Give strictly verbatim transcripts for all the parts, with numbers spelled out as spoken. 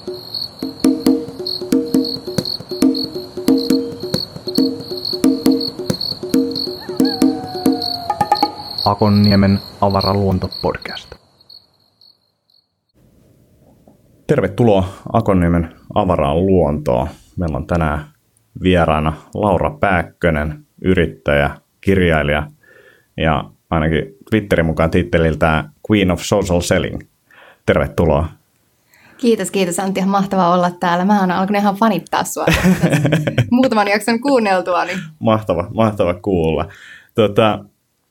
Akonniemen avaraluonto-podcast. Tervetuloa Akonniemen avaraan luontoon. Meillä on tänään vieraana Laura Pääkkönen, yrittäjä, kirjailija ja ainakin Twitterin mukaan titteliltään Queen of Social Selling. Tervetuloa. Kiitos, kiitos Antti. Ihan mahtavaa olla täällä. Mä oon alkanut ihan fanittaa sua. Muutaman jakson kuunneltua. Niin. Mahtava, mahtava kuulla. Tota,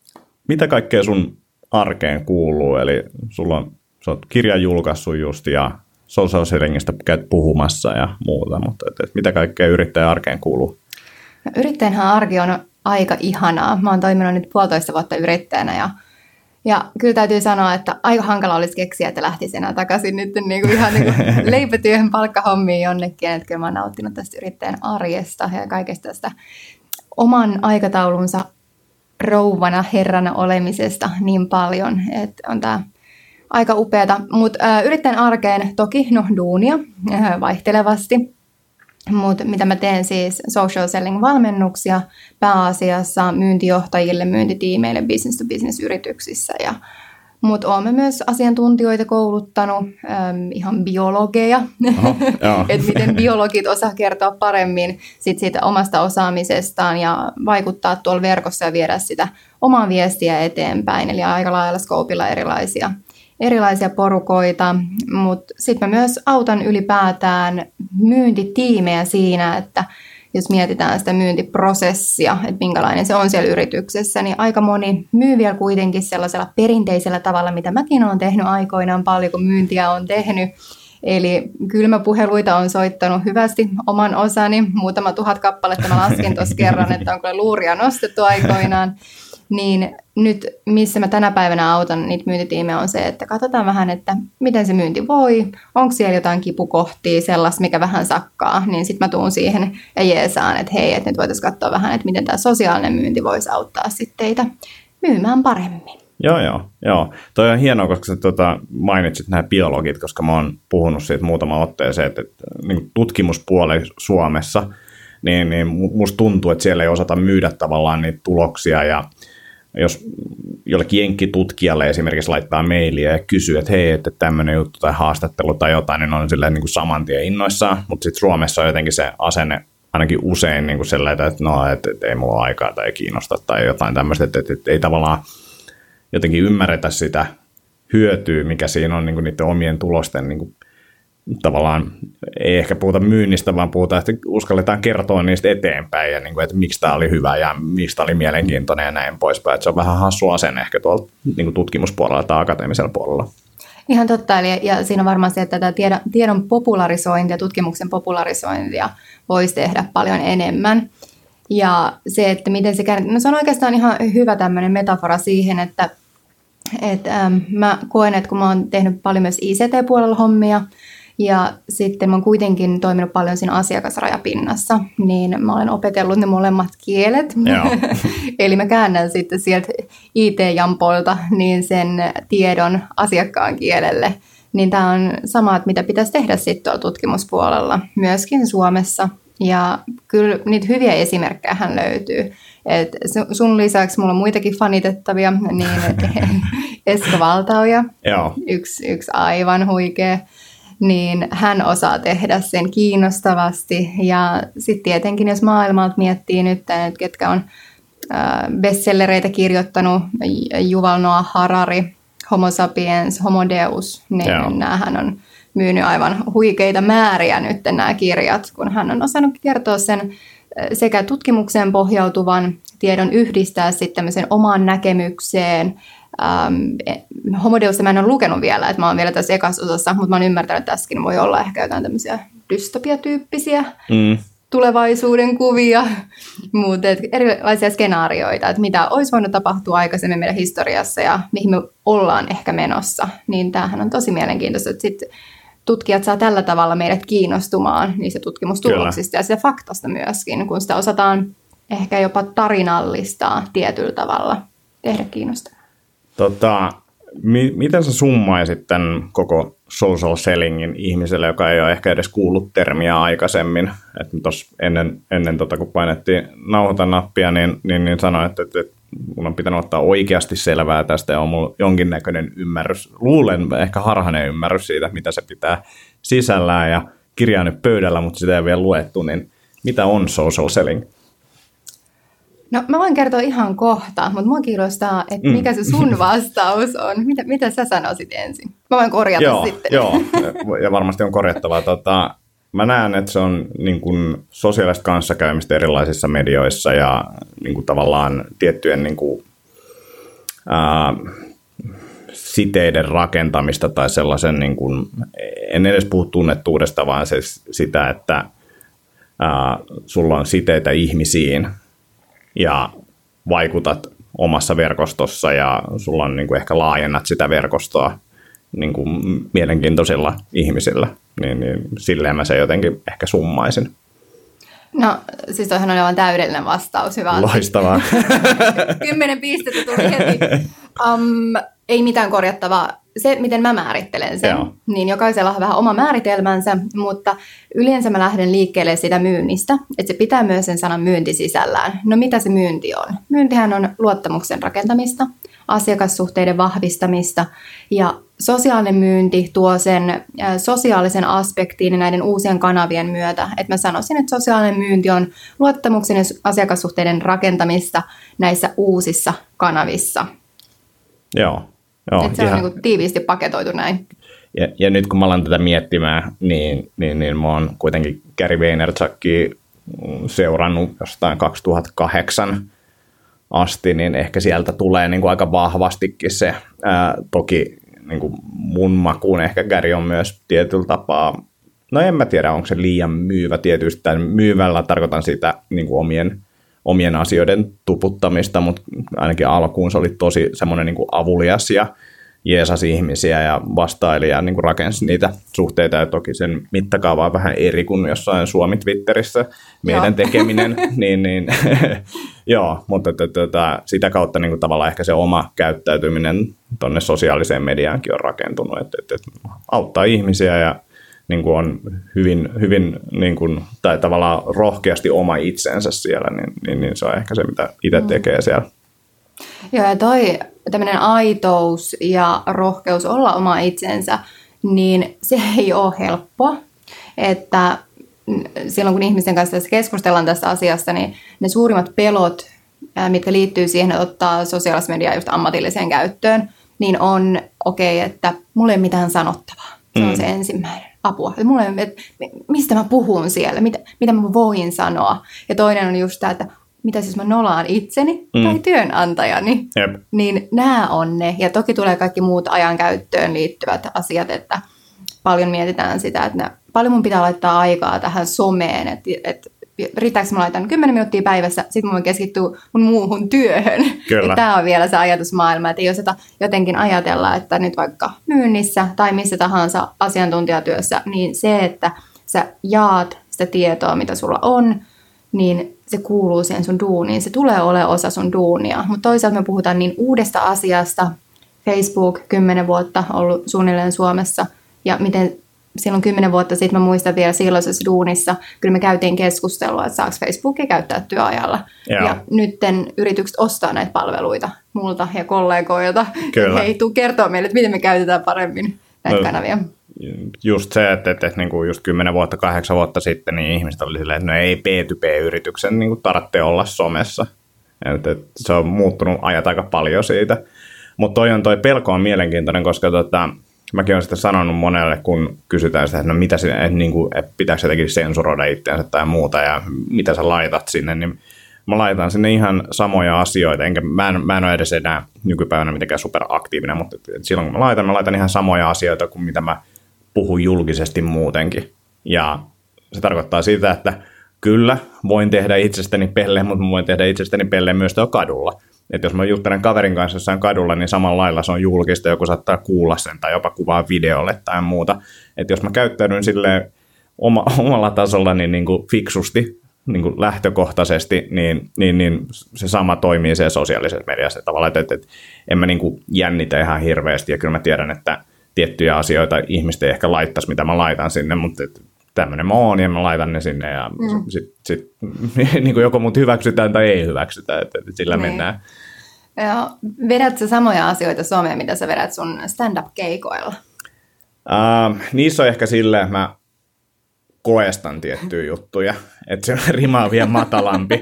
mitä kaikkea sun arkeen kuuluu? Eli sulla on, sä oot kirjan julkaissut just ja social sellingistä käyt puhumassa ja muuta, mutta et, et, mitä kaikkea yrittäjän arkeen kuuluu? No, yrittäjänhän arki on aika ihanaa. Mä oon toiminut nyt puolitoista vuotta yrittäjänä ja, ja kyllä täytyy sanoa, että aika hankala olisi keksiä, että lähtisi enää takaisin nyt niin kuin ihan niin kuin leipätyöhön palkkahommiin jonnekin. Että kyllä mä oon nauttinut tästä yrittäjän arjesta ja kaikesta tästä oman aikataulunsa rouvana herrana olemisesta niin paljon, että on tää aika upeata. Mutta yrittäjän arkeen toki no duunia äh, vaihtelevasti, mutta mitä mä teen siis social selling valmennuksia pääasiassa myyntijohtajille, myyntitiimeille, business to business yrityksissä ja mutta olemme myös asiantuntijoita kouluttanut, äm, ihan biologeja, että miten biologit osaa kertoa paremmin sit siitä omasta osaamisestaan ja vaikuttaa tuolla verkossa ja viedä sitä omaa viestiä eteenpäin. Eli aika laajalla skoopilla erilaisia, erilaisia porukoita, mutta sitten mä myös autan ylipäätään myyntitiimejä siinä, että jos mietitään sitä myyntiprosessia, että minkälainen se on siellä yrityksessä, niin aika moni myy vielä kuitenkin sellaisella perinteisellä tavalla, mitä mäkin olen tehnyt aikoinaan paljon, kun myyntiä on tehnyt. Eli kylmäpuheluita on soittanut hyvästi oman osani. Muutama tuhat kappaletta mä laskin tuossa kerran, että on kyllä luuria nostettu aikoinaan. Niin nyt, missä mä tänä päivänä autan niitä myyntitiimejä on se, että katsotaan vähän, että miten se myynti voi, onko siellä jotain kipukohtia, sellaista, mikä vähän sakkaa, niin sitten mä tuun siihen ja jeesaan, että hei, että nyt voitaisiin katsoa vähän, että miten tämä sosiaalinen myynti voisi auttaa sitten teitä myymään paremmin. Joo, joo, joo. Toi on hienoa, koska sä tuota, mainitsit nämä biologit, koska mä oon puhunut siitä muutama otteeseen, että, että niin tutkimuspuoli Suomessa, niin, niin musta tuntuu, että siellä ei osata myydä tavallaan niitä tuloksia ja jos jollekin jenkkitutkijalle esimerkiksi laittaa mailia ja kysyy, että hei, että tämmöinen juttu tai haastattelu tai jotain, niin on silleen niin kuin saman tien innoissaan, mutta sitten Suomessa on jotenkin se asenne ainakin usein niin kuin sellainen, että no, että, että ei mulla ole aikaa tai ei kiinnosta tai jotain tämmöistä, että, että, että ei tavallaan jotenkin ymmärretä sitä hyötyä, mikä siinä on niin kuin niiden omien tulosten niin kuin tavallaan ei ehkä puhuta myynnistä, vaan puhutaan, että uskalletaan kertoa niistä eteenpäin ja niin kuin, että miksi tämä oli hyvä ja miksi tämä oli mielenkiintoinen ja näin poispäin. Että se on vähän hassu asenne ehkä tuolla niin kuin tutkimuspuolella tai akateemisella puolella. Ihan totta, eli, ja siinä on varmaan se, että tätä tiedon, tiedon popularisointia ja tutkimuksen popularisointia voisi tehdä paljon enemmän. Ja se, että miten se käännetään, no se on oikeastaan ihan hyvä tämmöinen metafora siihen, että et, ähm, mä koen, että kun mä oon tehnyt paljon myös I C T-puolella hommia, ja sitten mä oon kuitenkin toiminut paljon siinä asiakasrajapinnassa, niin mä olen opetellut ne molemmat kielet. Eli mä käännän sitten sieltä I T-jampoilta niin sen tiedon asiakkaan kielelle. Niin tää on sama, että mitä pitäisi tehdä sitten tuolla tutkimuspuolella, myöskin Suomessa. Ja kyllä niitä hyviä esimerkkejä hän löytyy. Et sun lisäksi mulla on muitakin fanitettavia, niin Esko Valtaoja, yksi, yksi aivan huikea. Niin hän osaa tehdä sen kiinnostavasti. Ja sitten tietenkin, jos maailmalta miettii nyt, että ketkä on bestsellereitä kirjoittanut, Yuval Noah Harari, Homo sapiens, Homo deus, niin Joo. näähän on myynyt aivan huikeita määriä nyt nämä kirjat, kun hän on osannut kertoa sen sekä tutkimukseen pohjautuvan tiedon yhdistää sitten tämmöisen omaan näkemykseen. Um, Homo Deusta mä en ole lukenut vielä, että mä oon vielä tässä ekassa osassa, mutta mä oon ymmärtänyt, että tässäkin voi olla ehkä jotain tämmöisiä dystopiatyyppisiä mm. tulevaisuuden kuvia, mutta erilaisia skenaarioita, että mitä olisi voinut tapahtua aikaisemmin meidän historiassa ja mihin me ollaan ehkä menossa, niin tämähän on tosi mielenkiintoista, että sitten tutkijat saa tällä tavalla meidät kiinnostumaan niistä tutkimustuloksista Kyllä. ja sitä faktasta myöskin, kun sitä osataan ehkä jopa tarinallistaa tietyllä tavalla, tehdä kiinnostavaa. Tota, Mi- miten sä summaisit tämän koko social sellingin ihmiselle, joka ei ole ehkä edes kuullut termiä aikaisemmin? Että tuossa ennen, ennen tota, kun painettiin nauhoita nappia, niin, niin, niin sanoin, että, että, että mun on pitänyt ottaa oikeasti selvää tästä ja on mulla jonkinnäköinen ymmärrys, luulen ehkä harhainen ymmärrys siitä, mitä se pitää sisällään ja kirjaa nyt pöydällä, mutta sitä ei vielä luettu, niin mitä on social selling? No mä voin kertoa ihan kohta, mutta mua kiinnostaa, että mikä se sun vastaus on. Mitä, mitä sä sanoisit ensin? Mä voin korjata joo, sitten. Joo, ja varmasti on korjattavaa. Tota, mä näen, että se on niin kuin sosiaalista kanssakäymistä erilaisissa medioissa ja niin kuin tavallaan tiettyjen niin kuin, ää, siteiden rakentamista tai sellaisen, niin kuin, en edes puhu tunnettuudesta, vaan se, sitä, että ää, sulla on siteitä ihmisiin, ja vaikutat omassa verkostossa ja sulla on niin kuin ehkä laajennat sitä verkostoa niin kuin mielenkiintoisilla ihmisillä, niin, niin silleen mä se jotenkin ehkä summaisin. No siis toihan on aivan täydellinen vastaus. Hyvä. Loistavaa. Kymmenen pistettä tuli heti. Um, ei mitään korjattavaa. Se, miten mä määrittelen sen, Joo. niin jokaisella on vähän oma määritelmänsä, mutta yleensä mä lähden liikkeelle sitä myynnistä, että se pitää myös sen sanan myynti sisällään. No mitä se myynti on? Myyntihän on luottamuksen rakentamista, asiakassuhteiden vahvistamista ja sosiaalinen myynti tuo sen sosiaalisen aspektiin näiden uusien kanavien myötä. Että mä sanoisin, että sosiaalinen myynti on luottamuksen ja asiakassuhteiden rakentamista näissä uusissa kanavissa. Joo. Joo, että se ihan on niin kuin tiiviisti paketoitu näin. Ja, ja nyt kun mä alan tätä miettimään, niin, niin, niin mä oon kuitenkin Gary Vaynerchukia seurannut jostain kaksituhattakahdeksan asti, niin ehkä sieltä tulee niin kuin aika vahvastikin se. Ää, toki niin kuin mun makuun ehkä Gary on myös tietyllä tapaa, no en mä tiedä, onko se liian myyvä tietysti, tai myyvällä tarkoitan sitä niin kuin omien omien asioiden tuputtamista, mutta ainakin alkuun se oli tosi semmoinen niin kuin avulias ja jeesasi ihmisiä ja vastaili ja niin kuin rakensi niitä suhteita, ja toki sen mittakaava on vähän eri kuin jossain Suomi-Twitterissä meidän joo. tekeminen, niin, niin joo, mutta että, että, sitä kautta niin kuin tavallaan ehkä se oma käyttäytyminen tuonne sosiaaliseen mediaankin on rakentunut, että, että, että auttaa ihmisiä ja niin kuin on hyvin, hyvin niin kuin, tai tavallaan rohkeasti oma itsensä siellä, niin, niin, niin se on ehkä se, mitä itse tekee siellä. Joo, ja toi tämmöinen aitous ja rohkeus olla oma itsensä, niin se ei ole helppoa, että silloin kun ihmisten kanssa keskustellaan tästä asiasta, niin ne suurimmat pelot, mitkä liittyy siihen, että ottaa sosiaalista mediaa just ammatilliseen käyttöön, niin on okei, okay, että mulla ei ole mitään sanottavaa. Se on mm. se ensimmäinen. Apua. Mulle, et, mistä mä puhun siellä, mitä, mitä mä voin sanoa. Ja toinen on just tämä, että mitä siis mä nolaan itseni mm. tai työnantajani. Jep. Niin nämä on ne. Ja toki tulee kaikki muut ajankäyttöön liittyvät asiat, että paljon mietitään sitä, että ne, paljon mun pitää laittaa aikaa tähän someen, että et, riittääkö mä laitan kymmenen minuuttia päivässä, sitten mä voin keskittyä mun muuhun työhön. Tämä on vielä se ajatusmaailma, että ei osata jotenkin ajatella, että nyt vaikka myynnissä tai missä tahansa asiantuntijatyössä, niin se, että sä jaat sitä tietoa, mitä sulla on, niin se kuuluu siihen sun duuniin. Se tulee olemaan osa sun duunia. Mutta toisaalta me puhutaan niin uudesta asiasta. Facebook kymmenen vuotta ollut suunnilleen Suomessa ja miten silloin kymmenen vuotta sitten mä muistan vielä silloisessa duunissa, kyllä me käytiin keskustelua, että saako Facebookia käyttää työajalla. Joo. Ja nytten yritykset ostaa näitä palveluita multa ja kollegoilta. Kyllä. Hei, tuu kertoa meille, että miten me käytetään paremmin näitä no, kanavia. Just se, että, että, että niin kuin just kymmenen vuotta, kahdeksan vuotta sitten, niin ihmiset oli silleen, että no ei B two B-yrityksen niin kuin tarvitse olla somessa. Että, että se on muuttunut ajat aika paljon siitä. Mutta toi on toi pelko on mielenkiintoinen, koska tota, mäkin olen sitä sanonut monelle, kun kysytään sitä, että no mitä sinne, että, niin kuin, että pitääkö jotenkin sensuroida itseänsä tai muuta ja mitä sä laitat sinne, niin mä laitan sinne ihan samoja asioita, enkä mä en, mä en ole edes enää nykypäivänä mitenkään superaktiivinen, mutta silloin kun mä laitan, mä laitan ihan samoja asioita kuin mitä mä puhun julkisesti muutenkin. Ja se tarkoittaa sitä, että kyllä voin tehdä itsestäni pelleen, mutta mä voin tehdä itsestäni pelleen myös tuolla kadulla. Että jos mä juttelen kaverin kanssa jossain kadulla, niin samalla lailla se on julkista, joku saattaa kuulla sen tai jopa kuvaa videolle tai muuta. Että jos mä käyttäydyn silleen oma, omalla tasollani niin kuin fiksusti niin kuin lähtökohtaisesti, niin, niin, niin se sama toimii siellä sosiaalisessa mediassa tavallaan, että, että, että en mä niin kuin jännitä ihan hirveästi, ja kyllä mä tiedän, että tiettyjä asioita ihmiset ei ehkä laittaisi, mitä mä laitan sinne, mutta tämmöinen mä oon, ja mä laitan ne sinne, ja mm. sitten sit, niin kuin joko mut hyväksytään tai ei hyväksytä, että, että sillä niin. mennään. Ja vedät sä samoja asioita someen, mitä sä vedät sun stand-up-keikoilla? Uh, niissä on ehkä silleen, että mä koestan tiettyjä juttuja, että se rima on vielä matalampi.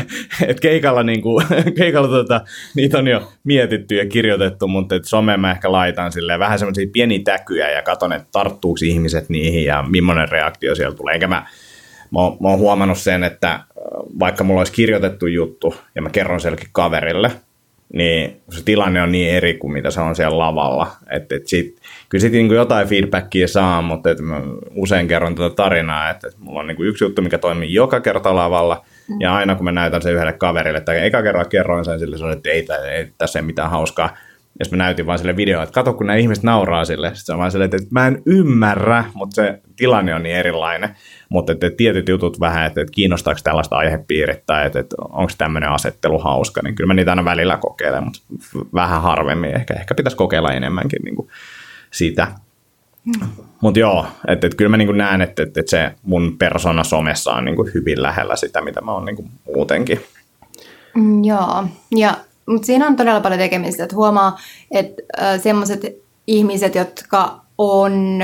Et keikalla, niinku, keikalla tota, niitä on jo mietitty ja kirjoitettu, mutta et someen mä ehkä laitan silleen vähän semmoisia pieniä täkyjä ja katon, että tarttuuko ihmiset niihin ja millainen reaktio siellä tulee. Enkä mä, mä, oon, mä oon huomannut sen, että vaikka mulla olisi kirjoitettu juttu ja mä kerron selkeä kaverille, niin se tilanne on niin eri kuin mitä se on siellä lavalla. Et, et sit, kyllä sitten niinku jotain feedbackia saa, mutta et mä usein kerron tätä tarinaa, että et mulla on niinku yksi juttu, mikä toimii joka kerta lavalla, mm. ja aina kun mä näytän sen yhdelle kaverille, tai eka kerran kerroin sen sille, se oli, että ei, ei tässä ei mitään hauskaa. Ja sitten mä näytin vaan sille videoa, että kato kun nämä ihmiset nauraa sille. Sitten se on vaan silleen, että mä en ymmärrä, mutta se tilanne on niin erilainen. Mutta että tietyt jutut vähän, että, että kiinnostaako tällaista aihepiirittä, tai että, että onko tämmöinen asettelu hauska, niin kyllä mä niitä aina välillä kokeilen, mutta vähän harvemmin. Ehkä, ehkä pitäisi kokeilla enemmänkin niin kuin sitä. Mm. Mutta joo, että, että kyllä mä niin kuin näen, että, että se mun persona somessa on niin kuin hyvin lähellä sitä, mitä mä oon niin kuin muutenkin. Mm, joo, ja mutta siinä on todella paljon tekemistä, että huomaa, että äh, semmoiset ihmiset, jotka on,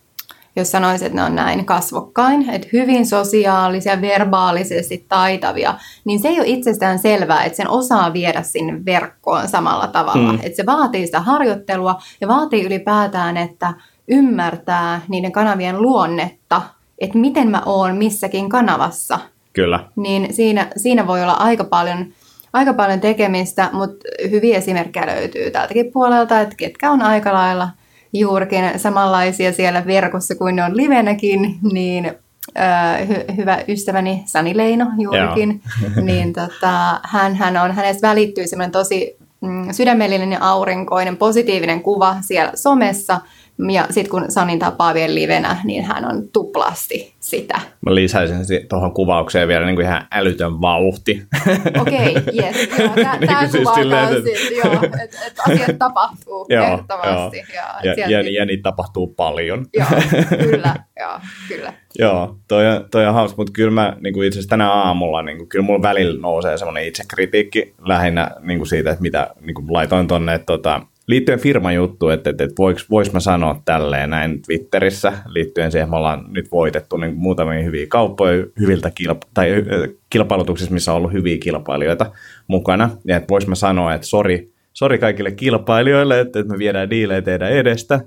jos sanoisin, että ne on näin kasvokkain, että hyvin sosiaalisia, verbaalisesti taitavia, niin se ei ole itsestään selvää, että sen osaa viedä sinne verkkoon samalla tavalla. Mm. Että se vaatii sitä harjoittelua ja vaatii ylipäätään, että ymmärtää niiden kanavien luonnetta, että miten mä oon missäkin kanavassa. Kyllä. Niin siinä, siinä voi olla aika paljon... Aika paljon tekemistä, mutta hyviä esimerkkejä löytyy tältäkin puolelta, että ketkä on aika lailla juurikin samanlaisia siellä verkossa kuin ne on livenäkin, niin äh, hy- hyvä ystäväni Sani Leino juurikin, niin tota, hän, hän on, hänestä välittyy semmoinen tosi mm, sydämellinen ja aurinkoinen, positiivinen kuva siellä somessa, ja sitten kun Sanin tapaa vielä livenä, niin hän on tuplasti sitä. Mä lisäisin tuohon kuvaukseen vielä niin kuin ihan älytön vauhti. Okei, okay, jes. Tämä niin siis kuvaa sitten, että et asiat tapahtuu ehdottomasti. Ja, ja, ja, ja, ja niitä tapahtuu paljon. Joo, kyllä. Joo, kyllä. Joo, toi, toi on hauska, mutta kyllä mä niin kuin itse asiassa tänä aamulla, niin kuin, kyllä mulla välillä nousee semmoinen itsekritiikki lähinnä niin kuin siitä, että mitä niin kuin laitoin tuonne, että tota, liittyen firman juttuun, että, että, että voiko vois mä sanoa tälleen näin Twitterissä, liittyen siihen, että me ollaan nyt voitettu niin muutamia hyviä kauppoja hyviltä kilpa- tai kilpailutuksissa, missä on ollut hyviä kilpailijoita mukana, ja että vois mä sanoa, että sori, sori kaikille kilpailijoille, että, että me viedään diilejä teidän edestä,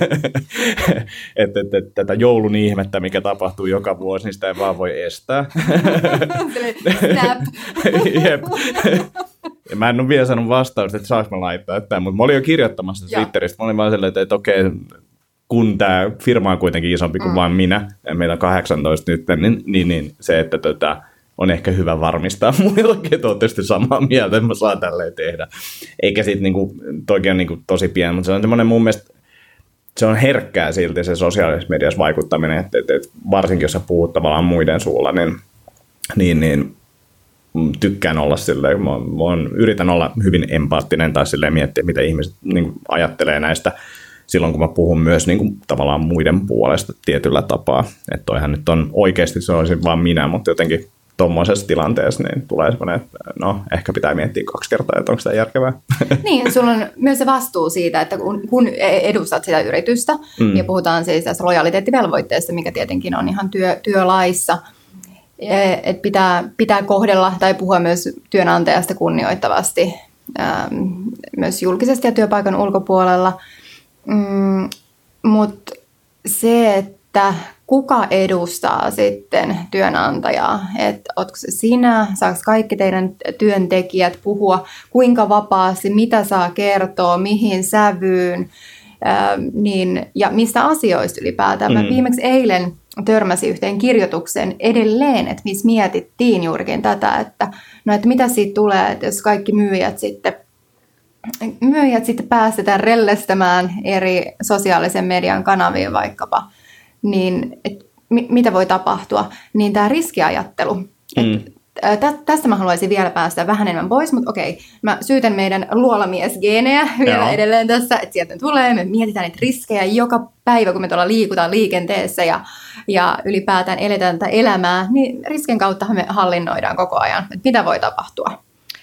että, että, että tätä joulun ihmettä, mikä tapahtuu joka vuosi, niin sitä ei vaan voi estää. Snap. Jep. Ja mä en ole vielä sanonut vastausta, että saanko mä laittaa tämän, mutta mä olin jo kirjoittamassa Twitteristä. Mä olin vaan sellainen, että, että okei, kun tämä firma on kuitenkin isompi kuin mm. vain minä, ja meillä on kahdeksantoista nyt, niin, niin, niin se, että tota, on ehkä hyvä varmistaa muillakin, että olette sitten samaa mieltä, että mä saan tälleen tehdä. Eikä sitten, niinku, toki on niinku tosi pieni, mutta se on semmoinen mun mielestä, se on herkkää silti se sosiaalisessa mediassa vaikuttaminen, että, että, että varsinkin jos sä puhut tavallaan muiden suulla, niin, niin, niin tykkään olla silleen, mä, mä on, yritän olla hyvin empaattinen tai silleen miettiä, mitä ihmiset niin ajattelee näistä silloin, kun mä puhun myös niin kuin, tavallaan muiden puolesta tietyllä tapaa. Että toihan nyt on oikeasti, se olisi vaan minä, mutta jotenkin tuommoisessa tilanteessa niin tulee semmoinen, että no, ehkä pitää miettiä kaksi kertaa, että onko sitä järkevää. Niin, sulla on myös se vastuu siitä, että kun, kun edustat sitä yritystä, mm. ja puhutaan siis tästä lojaliteettivelvoitteesta, mikä tietenkin on ihan työ, työlaissa, että pitää, pitää kohdella tai puhua myös työnantajasta kunnioittavasti, ähm, myös julkisesti ja työpaikan ulkopuolella. Mm, mutta se, että kuka edustaa sitten työnantajaa, että ootko se sinä, saako kaikki teidän työntekijät puhua, kuinka vapaasti, mitä saa kertoa, mihin sävyyn, ähm, niin, ja mistä asioista ylipäätään. Mm. Mä viimeksi eilen törmäsin yhteen kirjoituksen edelleen, että missä mietittiin juurikin tätä, että, no, että mitä siitä tulee, että jos kaikki myyjät sitten, myyjät sitten päästetään rellestämään eri sosiaalisen median kanaviin vaikkapa, niin et, mi, mitä voi tapahtua, niin tämä riskiajattelu Mm. Et, tä, tästä mä haluaisin vielä päästä vähän enemmän pois, mutta okei, mä syytän meidän luolamiesgeenejä vielä Joo. edelleen tässä, että sieltä tulee, me mietitään niitä riskejä joka päivä, kun me tuolla liikutaan liikenteessä ja, ja ylipäätään eletään tätä elämää, niin riskin kauttahan me hallinnoidaan koko ajan, että mitä voi tapahtua.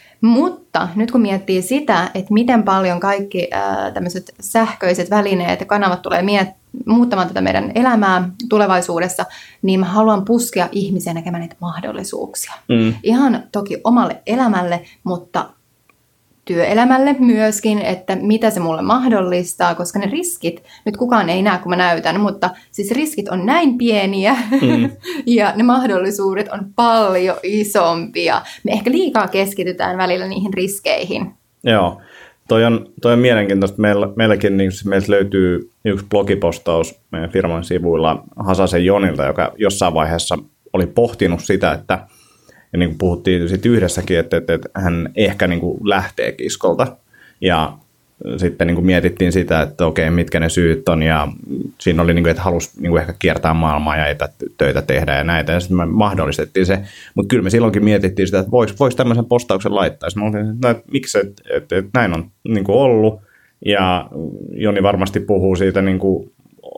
Mutta nyt kun miettii sitä, että miten paljon kaikki ää, tämmöiset sähköiset välineet ja kanavat tulee miet- muuttamaan tätä meidän elämää tulevaisuudessa, niin mä haluan puskea ihmisiä näkemään niitä mahdollisuuksia. Mm. Ihan toki omalle elämälle, mutta työelämälle myöskin, että mitä se mulle mahdollistaa, koska ne riskit, nyt kukaan ei näe, kun mä näytän, mutta siis riskit on näin pieniä mm. ja ne mahdollisuudet on paljon isompia. Me ehkä liikaa keskitytään välillä niihin riskeihin. Joo, toi on, toi on mielenkiintoista. Meillä, meilläkin niin meiltä löytyy yksi blogipostaus meidän firman sivuilla Hasasen Jonilta, joka jossain vaiheessa oli pohtinut sitä, että ja niin kuin puhuttiin sit yhdessäkin, että, että, että hän ehkä niin kuin lähtee kiskolta. Ja sitten niin kuin mietittiin sitä, että okei, mitkä ne syyt on. Ja siinä oli, niin kuin, että halusi niin kuin ehkä kiertää maailmaa ja etätöitä tehdä ja näitä. Ja sitten me mahdollistettiin se. Mutta kyllä me silloinkin mietittiin sitä, että voisi vois tämmöisen postauksen laittaa. Sitten mä olin, että, että miksi, että, että, että näin on niin kuin ollut. Ja Joni varmasti puhuu siitä niin kuin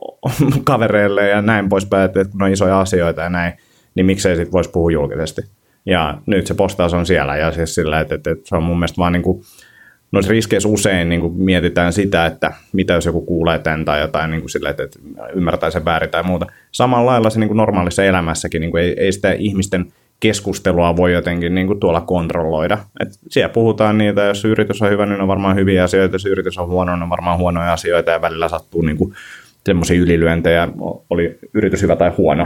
kavereille ja näin poispäin, että kun on isoja asioita ja näin, niin miksei sitten voisi puhua julkisesti. Ja nyt se postaus on siellä ja siis sillä, että, että, että se on mun mielestä vaan niin kuin, noissa riskeissä usein niin kuin mietitään sitä, että mitä jos joku kuulee tämän tai jotain niin kuin sillä, että, että ymmärtää sen väärin tai muuta. Samalla lailla se niin kuin normaalissa elämässäkin niin kuin ei, ei sitä ihmisten keskustelua voi jotenkin niin kuin tuolla kontrolloida. Et siellä puhutaan niitä, jos yritys on hyvä, niin on varmaan hyviä asioita, jos yritys on huono, niin on varmaan huonoja asioita ja välillä sattuu niin kuin semmoisia ylilyöntejä, oli yritys hyvä tai huono,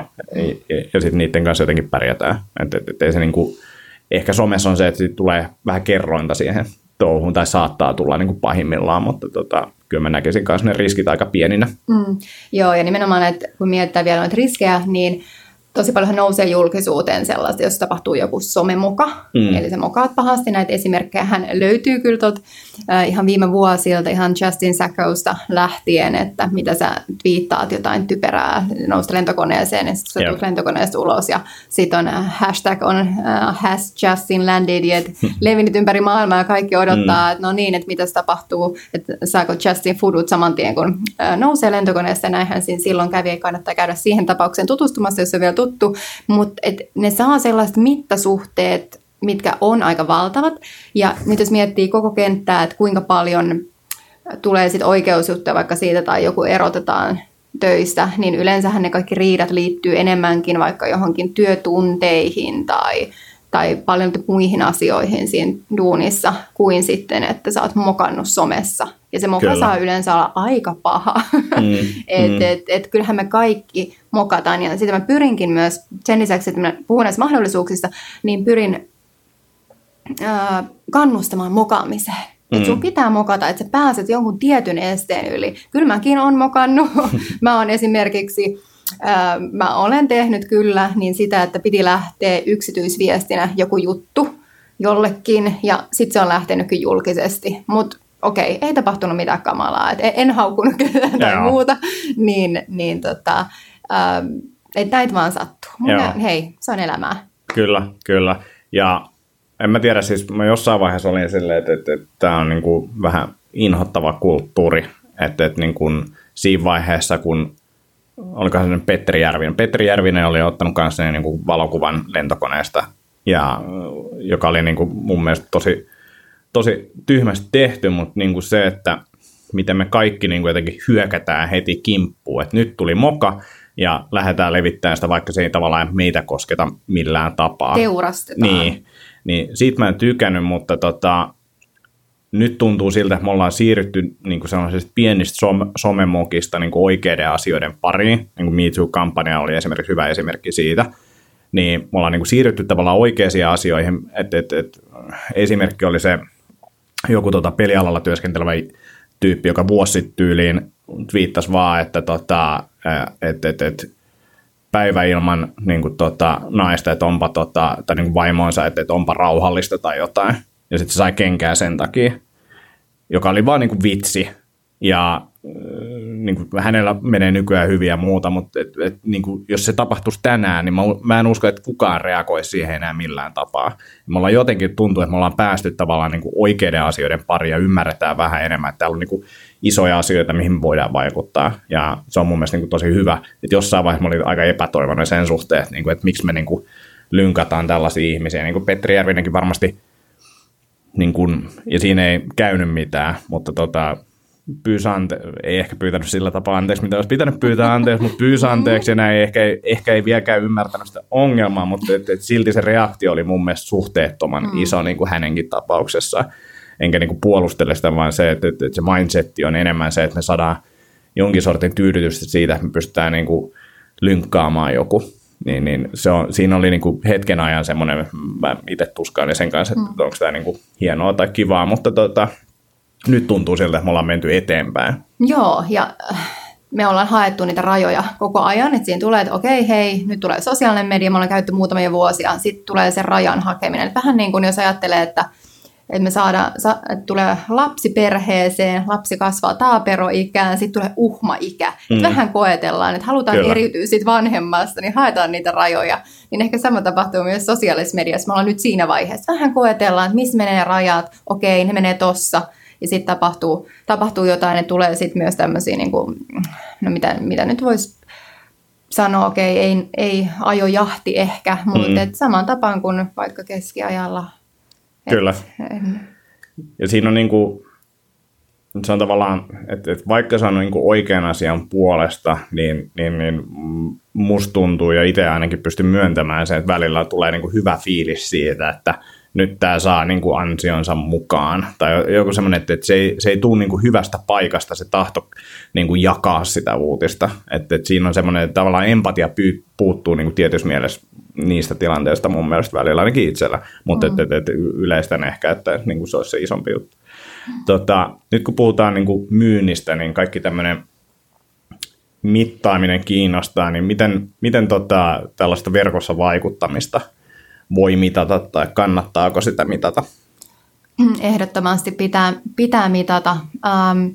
ja sitten niiden kanssa jotenkin pärjätään. Et, et, et ei se niinku, ehkä somessa on se, että tulee vähän kerrointa siihen touhuun, tai saattaa tulla niinku pahimmillaan, mutta tota, kyllä mä näkisin kanssa ne riskit aika pieninä. Mm, joo, ja nimenomaan, että kun mietitään vielä noita riskejä, niin tosi paljon nousee julkisuuteen sellaista, jos tapahtuu joku somemoka, mm. eli se mokaat pahasti. Näitä esimerkkejä hän löytyy kyllä tuolta äh, ihan viime vuosilta, ihan Justin Saccosta lähtien, että mitä sä twiittaat jotain typerää, nousta lentokoneeseen, ja sitten sä tulet lentokoneesta ulos, ja sitten on äh, hashtag on äh, has Justin landed, ja levinnyt ympäri maailmaa, ja kaikki odottaa, mm. että no niin, että mitä se tapahtuu, että saako Justin fudut saman tien, kun äh, nousee lentokoneesta, ja näinhän siinä silloin kävi, ei kannattaa käydä siihen tapaukseen tutustumassa, jos on vielä tuttu, mutta ne saa sellaiset mittasuhteet, mitkä on aika valtavat. Ja nyt jos miettii koko kenttää, että kuinka paljon tulee sit oikeusjuttuja vaikka siitä tai joku erotetaan töistä, niin yleensähän ne kaikki riidat liittyy enemmänkin vaikka johonkin työtunteihin tai, tai paljon muihin asioihin siinä duunissa kuin sitten, että sä oot mokannut somessa. Ja se moka Kyllä. saa yleensä olla aika paha. Mm, että mm. et, et, kyllähän me kaikki mokataan. Ja sitten mä pyrinkin myös, sen lisäksi, että mä puhun näistä mahdollisuuksista, niin pyrin äh, kannustamaan mokaamiseen. Mm. Että sun pitää mokata, että sä pääset jonkun tietyn esteen yli. Kyllä mäkin oon mokannut. Mä oon esimerkiksi, äh, mä olen tehnyt kyllä niin sitä, että piti lähteä yksityisviestinä joku juttu jollekin. Ja sitten se on lähtenytkin julkisesti. Mutta okei, ei tapahtunut mitään kamalaa, et en haukkunut ketään tai Joo. muuta, niin, niin tota, ähm, että näitä vaan sattuu. Mutta hei, se on elämää. Kyllä, kyllä. Ja en mä tiedä, siis mä jossain vaiheessa olin silleen, että, että, että tämä on niin kuin vähän inhottava kulttuuri, että, että niin kuin siinä vaiheessa, kun olikohan se Petteri Järvinen. Petteri Järvinen oli ottanut kanssa niin kuin valokuvan lentokoneesta, ja, joka oli niin kuin mun mielestä tosi tosi tyhmästi tehty, mutta niin kuin se, että miten me kaikki niin kuin jotenkin hyökätään heti kimppuun, että nyt tuli moka ja lähdetään levittämään sitä, vaikka se ei tavallaan meitä kosketa millään tapaa. Teurastetaan. Niin, niin siitä mä en tykännyt, mutta tota, nyt tuntuu siltä, että me ollaan siirrytty niin kuin sellaisista pienistä som- somemokista niin kuin oikeiden asioiden pariin, niin kuin Me Too-kampanja oli esimerkiksi hyvä esimerkki siitä, niin me ollaan niin kuin siirrytty tavallaan oikeisiin asioihin, että et, et, esimerkki oli se, joku tota pelialalla työskentelevä tyyppi, joka vuosi sitten tyyliin twiittasi vaan, että tota, et, et, et, päivä ilman niin kuin, tota, naista, että onpa tota, tai niin kuin vaimoonsa, että, että onpa rauhallista tai jotain. Ja sitten se sai kenkää sen takia, joka oli vaan niin kuin vitsi. Ja niin kuin, hänellä menee nykyään hyvin ja muuta, mutta et, et, niin kuin, jos se tapahtuisi tänään, niin mä, mä en usko, että kukaan reagoisi siihen enää millään tapaa. Me ollaan jotenkin tuntuu, että me ollaan päästy tavallaan niin kuin oikeiden asioiden pariin ja ymmärretään vähän enemmän, että täällä on niin kuin isoja asioita, mihin me voidaan vaikuttaa. Ja se on mun mielestä niin kuin tosi hyvä, että jossain vaiheessa mä olin aika epätoivoinen sen suhteen, että, niin kuin, että miksi me niin kuin lynkataan tällaisia ihmisiä. Niin kuin Petri Järvinenkin varmasti, niin kuin, ja siinä ei käynyt mitään, mutta tota, pyysi ante- ei ehkä pyytänyt sillä tapaa anteeksi, mitä olisi pitänyt pyytää anteeksi, mutta pyysi anteeksi ja näin ehkä, ehkä ei vieläkään ymmärtänyt sitä ongelmaa, mutta et, et silti se reaktio oli mun mielestä suhteettoman mm. iso niin kuin hänenkin tapauksessa. Enkä niin kuin puolustele sitä, vaan se, että, että se mindsetti on enemmän se, että me saadaan jonkin sortin tyydytystä siitä, että me pystytään niin kuin lynkkaamaan joku. Niin, niin se on, siinä oli niin kuin hetken ajan semmoinen, mä itse tuskailin sen kanssa, että mm. onko tämä niin kuin hienoa tai kivaa, mutta tota, nyt tuntuu siltä, että me ollaan menty eteenpäin. Joo, ja me ollaan haettu niitä rajoja koko ajan, että siinä tulee, että okei, hei, nyt tulee sosiaalinen media, me ollaan käytetty muutamia vuosia, sitten tulee se rajan hakeminen. Että vähän niin kuin jos ajattelee, että, että me saadaan, että tulee lapsi perheeseen, lapsi kasvaa taaperoikään, sitten tulee uhmaikä. Mm. Vähän koetellaan, että halutaan Kyllä. eriytyä siitä vanhemmasta, niin haetaan niitä rajoja. Niin ehkä sama tapahtuu myös sosiaalisessa mediassa. Me ollaan nyt siinä vaiheessa. Vähän koetellaan, että missä menee rajat, okei, ne menee tossa. Ja sitten tapahtuu, tapahtuu jotain, että tulee sitten myös tämmöisiä, niin kuin, no mitä, mitä nyt voisi sanoa, okei, ei, ei ajojahti ehkä, mutta mm. et samaan tapaan kuin vaikka keskiajalla. Kyllä. Et, en... Ja siinä on niin kuin, se on tavallaan, että, että vaikka se on niin kuin oikean asian puolesta, niin, niin, niin musta tuntuu ja itse ainakin pystyn myöntämään sen, että välillä tulee niin kuin hyvä fiilis siitä, että nyt tämä saa niin kuin ansionsa mukaan. Tai joku semmoinen, että se ei, se ei tule niin kuin hyvästä paikasta se tahto niin kuin jakaa sitä uutista. Että, että siinä on semmoinen, että tavallaan empatia pyy, puuttuu niin kuin tietyssä mielessä niistä tilanteista mun mielestä välillä, ainakin itsellä. Mutta mm. että, että yleistän ehkä, että niin kuin se olisi se isompi juttu. Mm. Tota, nyt kun puhutaan niin kuin myynnistä, niin kaikki tämmöinen mittaaminen kiinnostaa. Niin miten, miten tota, tällaista verkossa vaikuttamista voi mitata tai kannattaako sitä mitata? Ehdottomasti pitää, pitää mitata. Ähm,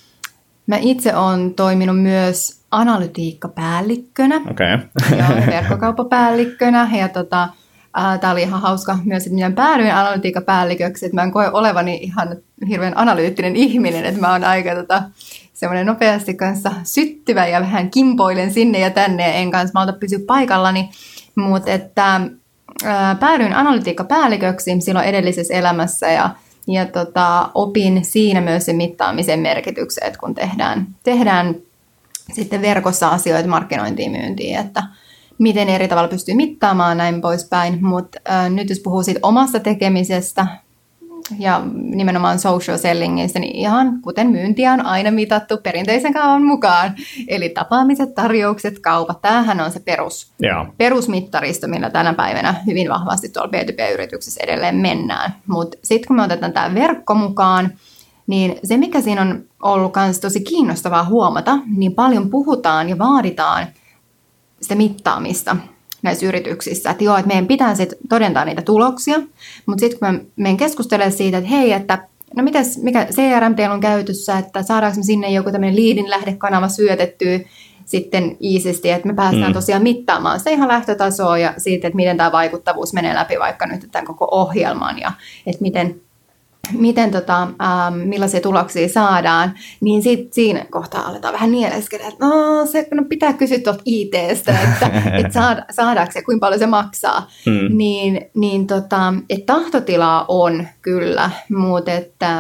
mä itse olen toiminut myös analytiikkapäällikkönä okay. ja verkkokauppapäällikkönä. Ja tota, äh, tämä oli ihan hauska myös, että minä päädyin analytiikkapäälliköksi. Että mä en koe olevani ihan hirveän analyyttinen ihminen, että mä oon aika tota, semmoinen nopeasti kanssa syttyvä ja vähän kimpoilen sinne ja tänne ja en kanssa malta pysyä paikallani. Mutta että päädyin analytiikkapäälliköksi silloin edellisessä elämässä ja, ja tota, opin siinä myös sen mittaamisen merkityksen, että kun tehdään, tehdään sitten verkossa asioita markkinointiin myyntiin, että miten eri tavalla pystyy mittaamaan näin poispäin. Mutta nyt jos puhuu siitä omasta tekemisestä ja nimenomaan social sellingistä, niin ihan kuten myyntiä on aina mitattu perinteisen kaavan mukaan. Eli tapaamiset, tarjoukset, kaupat. Tämähän on se perus, yeah. perusmittaristo, millä tänä päivänä hyvin vahvasti tuolla B two B-yrityksessä edelleen mennään. Mutta sitten kun me otetaan tämä verkko mukaan, niin se mikä siinä on ollut myös tosi kiinnostavaa huomata, niin paljon puhutaan ja vaaditaan sitä mittaamista näissä yrityksissä, että joo, että meidän pitää sitten todentaa niitä tuloksia, mutta sitten kun mä menen keskustelemaan siitä, että hei, että no mitäs, mikä C R M teillä on käytössä, että saadaanko me sinne joku tämmöinen liidin lähdekanava syötettyä sitten iisisti, että me päästään mm. tosiaan mittaamaan sitä ihan lähtötasoa ja siitä, että miten tämä vaikuttavuus menee läpi vaikka nyt tämän koko ohjelman ja että miten miten tota, ähm, millaisia tuloksia saadaan, niin sit siinä kohtaa aletaan vähän nieleskellä, että no, se, no pitää kysyä tuolta I T:stä, että et saada, saadaanko se, kuinka paljon se maksaa. Hmm. Niin, niin tota, että tahtotilaa on kyllä, mutta että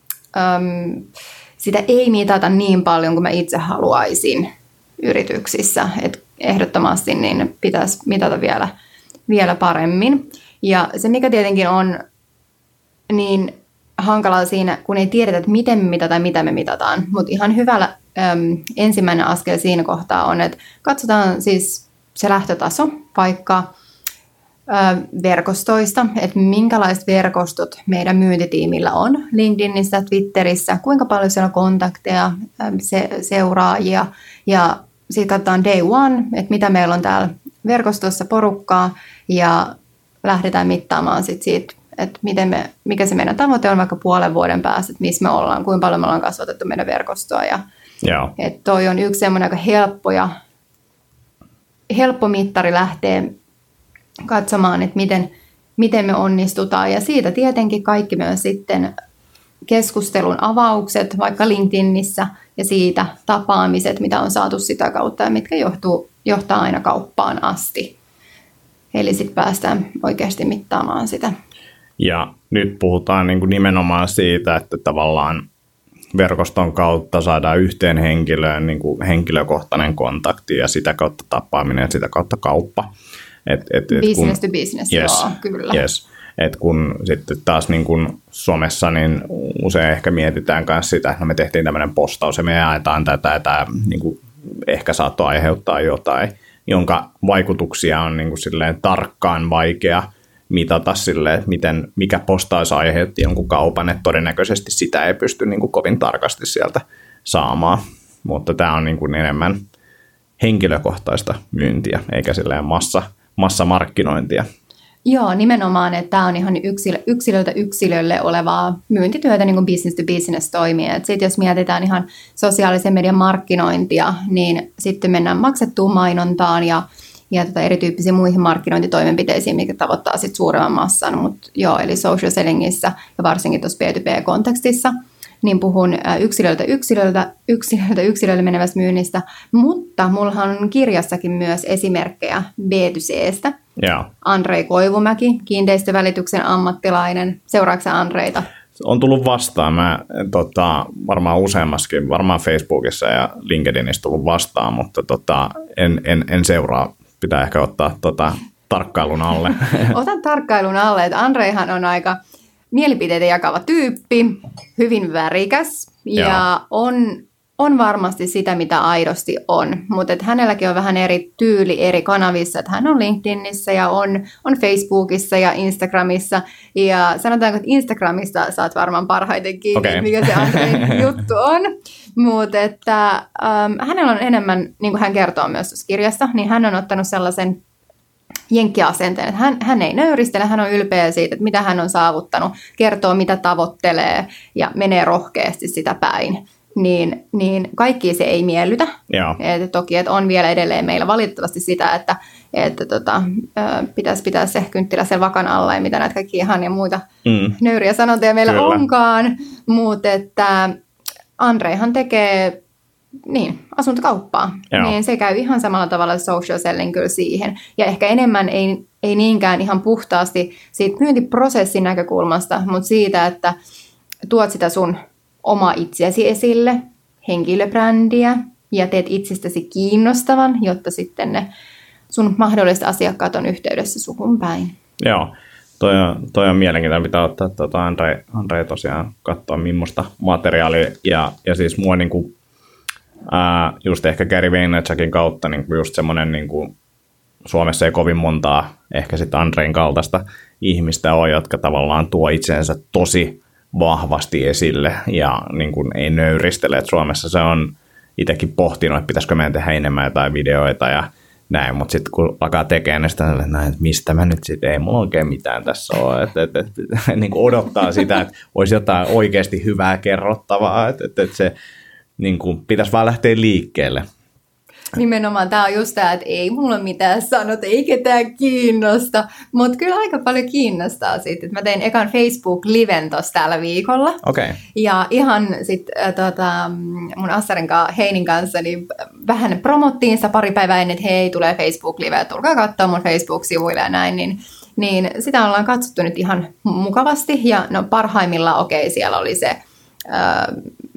äm, sitä ei mitata niin paljon kuin mä itse haluaisin yrityksissä. Et ehdottomasti niin pitäisi mitata vielä, vielä paremmin. Ja se, mikä tietenkin on niin hankalaa siinä, kun ei tiedetä, että miten me mitataan, mitä me mitataan. Mutta ihan hyvällä äm, ensimmäinen askel siinä kohtaa on, että katsotaan siis se lähtötaso vaikka ä, verkostoista, että minkälaiset verkostot meidän myyntitiimillä on LinkedInissä, Twitterissä, kuinka paljon siellä on kontakteja, ä, se, seuraajia ja sitten katsotaan day one, että mitä meillä on täällä verkostossa porukkaa ja lähdetään mittaamaan sit siitä, että miten me, mikä se meidän tavoite on vaikka puolen vuoden päästä, että missä me ollaan, kuinka paljon me ollaan kasvatettu meidän verkostoa ja, Joo. Että toi on yksi semmoinen aika helppo, ja, helppo mittari lähteä katsomaan, että miten, miten me onnistutaan. Ja siitä tietenkin kaikki myös sitten keskustelun avaukset, vaikka LinkedInissä, ja siitä tapaamiset, mitä on saatu sitä kautta ja mitkä johtuu, johtaa aina kauppaan asti. Eli sitten päästään oikeasti mittaamaan sitä. Ja nyt puhutaan niin kuin nimenomaan siitä, että tavallaan verkoston kautta saadaan yhteen henkilöön niin kuin henkilökohtainen kontakti ja sitä kautta tapaaminen ja sitä kautta kauppa. Et, et, et business kun, to business, yes, joo, kyllä. Yes. Et kun sitten taas niin kuin Suomessa niin usein ehkä mietitään myös sitä, että me tehtiin tämmöinen postaus ja me jaetaan tätä ja tämä niin kuin ehkä saattoi aiheuttaa jotain, jonka vaikutuksia on niin kuin silleen tarkkaan vaikea mitata silleen, että miten, mikä postaus aiheutti jonkun kaupan, että todennäköisesti sitä ei pysty niin kuin kovin tarkasti sieltä saamaan, mutta tämä on niin kuin enemmän henkilökohtaista myyntiä, eikä silleen massa, massamarkkinointia. Joo, nimenomaan, että tämä on ihan yksilö, yksilöltä yksilölle olevaa myyntityötä, niin kuin business to business toimii. Sitten jos mietitään ihan sosiaalisen median markkinointia, niin sitten mennään maksettuun mainontaan ja, ja tota erityyppisiin muihin markkinointitoimenpiteisiin, mikä tavoittaa sitten suuremman massan. Mutta joo, eli social sellingissä ja varsinkin tuossa B two B-kontekstissa, niin puhun yksilöltä yksilöltä, yksilöltä yksilölle menevästä myynnistä, mutta mullahan on kirjassakin myös esimerkkejä B two C:stä. Yeah. Andrei Koivumäki, kiinteistövälityksen ammattilainen. Seuraatko Andreita? On tullut vastaan. Mä tota, varmaan useammaskin, varmaan Facebookissa ja LinkedInissä tullut vastaan, mutta tota, en, en, en seuraa. Pitää ehkä ottaa tota, tarkkailun alle. Otan tarkkailun alle, että Andreihan on aika mielipiteitä jakava tyyppi, hyvin värikäs ja on, on varmasti sitä, mitä aidosti on. Mutta hänelläkin on vähän eri tyyli eri kanavissa. Et hän on LinkedInissä ja on, on Facebookissa ja Instagramissa. Ja sanotaanko, että Instagramista saat varmaan parhaiten kiinni, okay. mikä se Andrein juttu on. Mutta että ähm, hänellä on enemmän, niin kuin hän kertoo myös tuossa kirjassa, niin hän on ottanut sellaisen jenkkiasenteen, että hän, hän ei nöyristele, hän on ylpeä siitä, että mitä hän on saavuttanut, kertoo mitä tavoittelee ja menee rohkeasti sitä päin. Niin, niin kaikki se ei miellytä. Et toki että on vielä edelleen meillä valitettavasti sitä, että, että tota, pitäisi pitää se kynttilä sen vakan alla ja mitä näitä kaikkia ihania muita mm. nöyriä sanontoja meillä Kyllä. onkaan. Mutta että Andreihan tekee niin, asuntokauppaa, Joo. niin se käy ihan samalla tavalla social selling kyllä siihen. Ja ehkä enemmän ei, ei niinkään ihan puhtaasti siitä myyntiprosessin näkökulmasta, mutta siitä, että tuot sitä sun oma itseäsi esille, henkilöbrändiä ja teet itsestäsi kiinnostavan, jotta sitten ne sun mahdolliset asiakkaat on yhteydessä suhun päin. Joo, toi on, toi on mielenkiintoinen, pitää ottaa tuota Andrei, Andrei tosiaan katsoa millaista materiaalia ja, ja siis mua niin kuin Uh, just ehkä Gary Vaynerchukin kautta niin just semmoinen, niin kuin Suomessa ei kovin montaa ehkä sitten Andrein kaltaista ihmistä ole, jotka tavallaan tuo itsensä tosi vahvasti esille ja niin kuin ei nöyristele. Et Suomessa se on itsekin pohtinut, että pitäisikö meidän tehdä enemmän jotain videoita ja näin, mutta sitten kun alkaa tekemään, niin sitten että mistä mä nyt sitten, ei mulla oikein mitään tässä ole. Et, et, et, niin kuin odottaa sitä, että olisi jotain oikeasti hyvää kerrottavaa, että et, et se niin kuin pitäisi vaan lähteä liikkeelle. Nimenomaan tämä on just tämä, että ei mulla mitään sanota, ei ketään kiinnosta, mutta kyllä aika paljon kiinnostaa siitä. Mä tein ekan Facebook-liven tuossa tällä viikolla. Okay. Ja ihan sitten äh, tota, mun Assarin kanssa, Heinin kanssa, niin vähän promottiin sitä pari päivää ennen, että hei, tulee Facebook-live, tulkaa katsoa mun Facebook-sivuille ja näin, niin, niin sitä ollaan katsottu nyt ihan mukavasti. Ja no parhaimmillaan, okei, okay, siellä oli se Äh,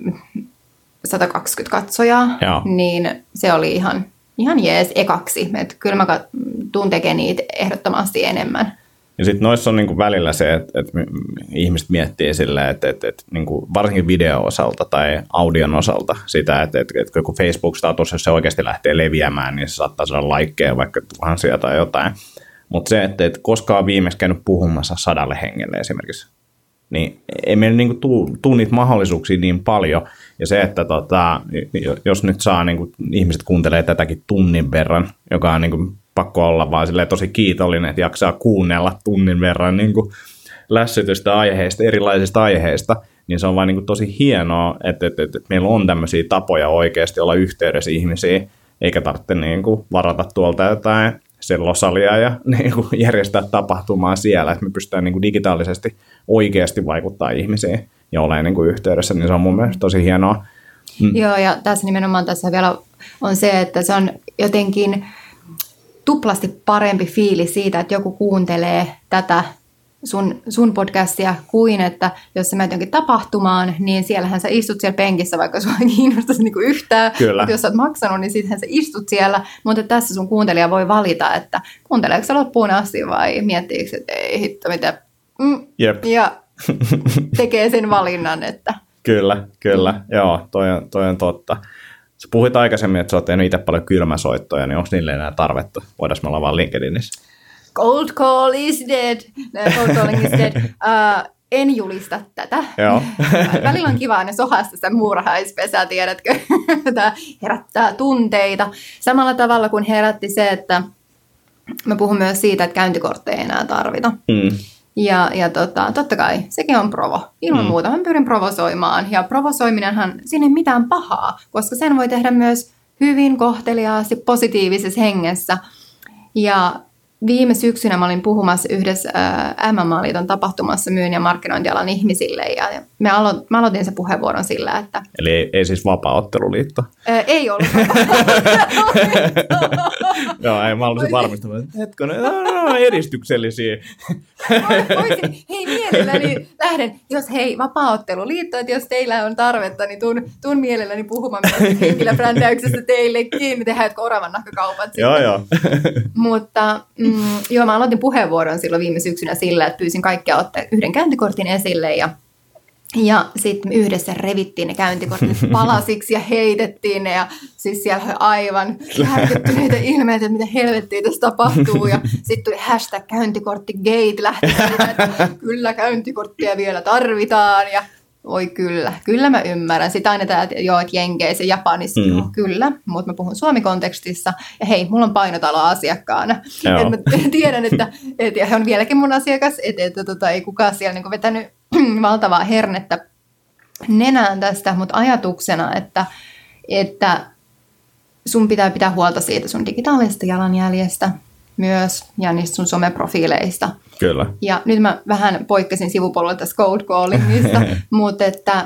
sata kaksikymmentä katsojaa, Joo. niin se oli ihan, ihan jees ekaksi. Että kyllä mä tuun tekemään niitä ehdottomasti enemmän. Ja sitten noissa on niinku välillä se, että, että ihmiset miettii silleen, että, että, että niinku varsinkin video-osalta tai audion osalta sitä, että, että, että kun Facebook-status, jos se oikeasti lähtee leviämään, niin se saattaa saada laikkeja vaikka tuhansia tai jotain. Mutta se, että, että koskaan viimeksi käynyt puhumassa sadalle hengelle esimerkiksi, niin ei meillä niinku tuu, tuu niitä mahdollisuuksia niin paljon. Ja se, että tota, jos nyt saa niinku, ihmiset kuuntelee tätäkin tunnin verran, joka on niinku, pakko olla vaan tosi kiitollinen, että jaksaa kuunnella tunnin verran niinku, lässytystä aiheista, erilaisista aiheista, niin se on vaan niin kuin tosi hienoa, että, että, että meillä on tämmöisiä tapoja oikeasti olla yhteydessä ihmisiin, eikä tarvitse niin kuin varata tuolta jotain sellosalia ja niin kuin järjestää tapahtumaa siellä, että me pystytään niin kuin digitaalisesti oikeasti vaikuttaa ihmisiin ja olemaan niin kuin yhteydessä, niin se on mun mielestä tosi hienoa. Mm. Joo, ja tässä nimenomaan tässä vielä on se, että se on jotenkin tuplasti parempi fiilis siitä, että joku kuuntelee tätä sun, sun podcastia kuin, että jos sä menet jonkin tapahtumaan, niin siellähän sä istut siellä penkissä, vaikka sua ei kiinnostaisi niinku yhtään. Kyllä. Mutta jos sä oot maksanut, niin sittenhän sä istut siellä, mutta tässä sun kuuntelija voi valita, että kuunteleeko sä loppuun asti vai miettiikö, että ei hitto mitä. Mm. Jep. Ja tekee sen valinnan, että... Kyllä, kyllä. Mm. Joo, toi on, toi on totta. Sä puhuit aikaisemmin, että sä oot tehnyt itse paljon kylmäsoittoja, niin onko niille enää tarvetta? Voidaan me olla vaan LinkedInissä. Cold call is dead. Cold calling is dead. Uh, en julista tätä. Joo. Välillä on kiva aina sohasta sitä muurahaispesää, tiedätkö? Tämä herättää tunteita. Samalla tavalla kuin herätti se, että mä puhun myös siitä, että käyntikortteja ei enää tarvita. Mm. Ja, ja tota, totta kai, sekin on provo. Ilman mm. muuta mä pyrin provosoimaan. Ja provosoiminenhan, siinä ei mitään pahaa, koska sen voi tehdä myös hyvin kohteliaasti, positiivisessa hengessä. Ja viime syksynä mä olin puhumassa yhdessä ää, M M A-liiton tapahtumassa myynnin ja markkinointialan ihmisille. Ja me alo- mä aloitin sen puheenvuoron sillä, että... Eli ei, ei siis vapaa-otteluliitto? Ää, ei ollut vapaa-otteluliitto. Joo, ei, mä haluaisin varmistaa, että hetkonen, no, edistyksellisiä. Voisin, hei mielelläni lähden, jos hei vapaa-otteluliitto, että jos teillä on tarvetta, niin tuun, tuun mielelläni puhumaan myös henkilöbrändäyksestä teillekin, me tehdään jotkut oravan nahkakaupat. Joo, joo. Mutta mm, joo, mä aloitin puheenvuoron silloin viime syksynä sillä, että pyysin kaikkia ottaa yhden käyntikortin esille ja Ja sitten yhdessä revittiin ne käyntikortit palasiksi ja heitettiin ne ja siis siellä oli aivan järkyttyneitä ilmeitä, että mitä helvettiä tässä tapahtuu. Ja sitten tuli hashtag käyntikorttigate lähti siitä, että kyllä käyntikorttia vielä tarvitaan ja oi kyllä, kyllä mä ymmärrän. Sitten aina tämä, että joo, että Jenkeissä ja Japanissa, mm. joo, kyllä, mutta mä puhun Suomi-kontekstissa ja hei, mulla on painotalo asiakkaana. Et mä tiedän, että et, ja he on vieläkin mun asiakas, että et, tota, ei kukaan siellä niinku vetänyt valtavaa hernettä nenään tästä, mutta ajatuksena, että, että sun pitää pitää huolta siitä sun digitaalisesta jalanjäljestä myös ja niistä sun someprofiileista. Kyllä. Ja nyt mä vähän poikkesin sivupolulla tästä cold callingista, mutta että